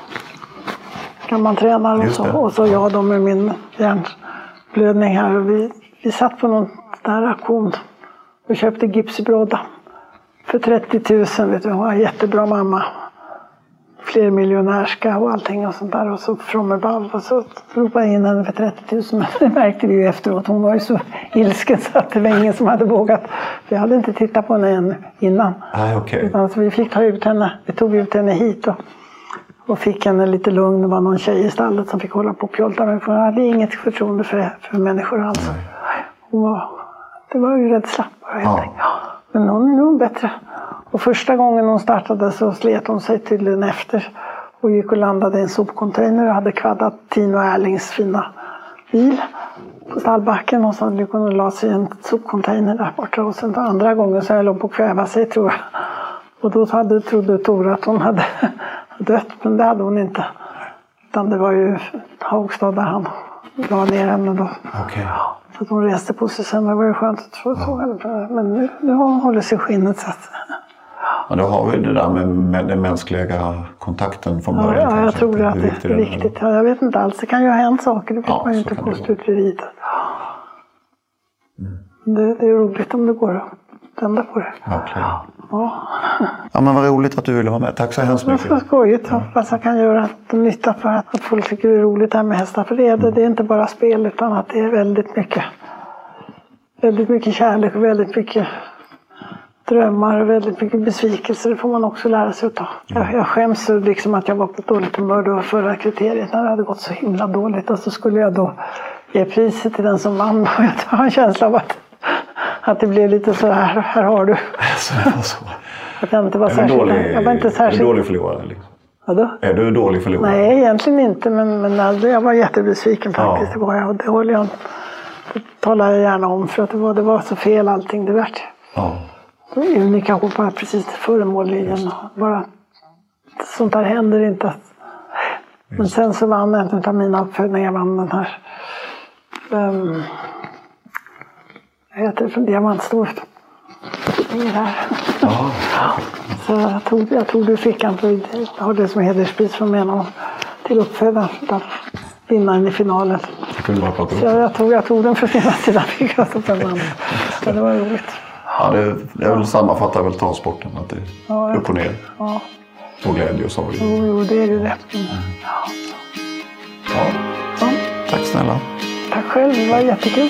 S4: Gammal tränare och så, och så jag då med min hjärnblödning här. Och vi, vi satt på någon där auktion och köpte gipsbrodda för trettio tusen. Vet du, hon var en jättebra mamma. Flermiljonärska och allting och sånt där. Och så Frommerbav och så ropade jag in henne för trettio tusen. Men det märkte vi ju efteråt. Hon var ju så ilsken så att det var ingen som hade vågat. Vi hade inte tittat på henne än innan.
S5: Ah, okay.
S4: Utan så vi fick ta ut henne. Vi tog ut henne hit och Och fick henne lite lugn. Det var någon tjej i stallet som fick hålla på och pjolta. Men hon hade inget förtroende för, för människor alls. Hon var, det var ju rädsla bara helt enkelt. Ja. Men hon är nog bättre. Och första gången hon startade så slet hon sig tydligen efter. Och gick och landade i en sopcontainer. Och hade kvaddat Tino Erlings fina bil på stallbacken. Och så hade hon la sig i en sopcontainer där borta. Och sen andra gången så höll hon på att kväva sig tror jag. Och då hade, trodde Tora att hon hade dött, men det hade hon inte. Utan det var ju Haugstad där han la ner henne då.
S5: Okay.
S4: Så att hon reste på sig sen, det var ju skönt att få så. Ja. Men nu, nu har hon hållit sig i skinnet. Så att,
S5: ja, då har vi det där med, med den mänskliga kontakten från början.
S4: Ja, ja jag tror det att det är viktigt. Ja, jag vet inte alls, det kan ju ha hänt saker, det vet ja, man ju inte på studieriet. Mm. Det, det är roligt om det går att vända på det.
S5: Okay.
S4: Ja.
S5: Ja, men vad roligt att du ville vara med. Tack så hemskt mycket.
S4: Det var så skojigt. Jag hoppas jag kan göra nytta för att folk tycker det är roligt här med hästar. För det är, det, det är inte bara spel utan att det är väldigt mycket, väldigt mycket kärlek och väldigt mycket drömmar och väldigt mycket besvikelser. Det får man också lära sig att ta. Jag, jag skäms liksom att jag var på ett dåligt humör då förra kriteriet när det hade gått så himla dåligt. Och så skulle jag då ge priset till den som vann. Och jag har en känsla av att Att det blev lite så här, här har du.
S5: Så, så.
S4: Att jag inte var särskilt...
S5: Dålig,
S4: jag var inte särskilt...
S5: Är du dålig förlorare? Liksom?
S4: Vadå?
S5: Är du dålig förlorare?
S4: Nej, egentligen inte. Men, men alltså, jag var jättebesviken faktiskt. Ja. Det var jag. Och det håller jag... Det talar jag gärna om. För att det var, det var så fel allting det vart.
S5: Ja.
S4: Unika hoppar precis till föremållinjen. Bara... Sånt där händer inte. Men Just. Sen så vann en av mina uppfödningar. Vann den här... Um, Jag heter från Diamantstort. Det är här.
S5: Ja.
S4: Så jag tog, jag tog det i fickan för jag har det som hederspris från mig till uppfödaren för att vinna den i finalen. Så jag, jag, tog, jag tog den för sina sida fickan. Så det var roligt.
S5: Ja, det, det är väl sammanfattar väl travsporten att det är ja, upp och ner.
S4: Ja.
S5: Och glädje och sorg.
S4: Jo, jo, det är ju rätt. Mm.
S5: Ja. Ja. Ja. Tack snälla.
S4: Tack själv, det var jättekul.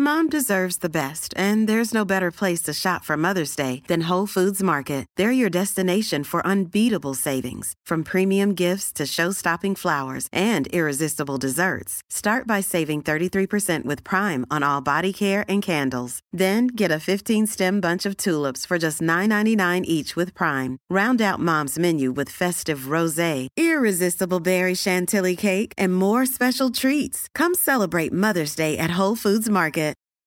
S6: Mom deserves the best, and there's no better place to shop for Mother's Day than Whole Foods Market. They're your destination for unbeatable savings, from premium gifts to show-stopping flowers and irresistible desserts. Start by saving thirty-three percent with Prime on all body care and candles. Then get a fifteen-stem bunch of tulips for just nine ninety-nine each with Prime. Round out Mom's menu with festive rosé, irresistible berry chantilly cake, and more special treats. Come celebrate Mother's Day at Whole Foods Market.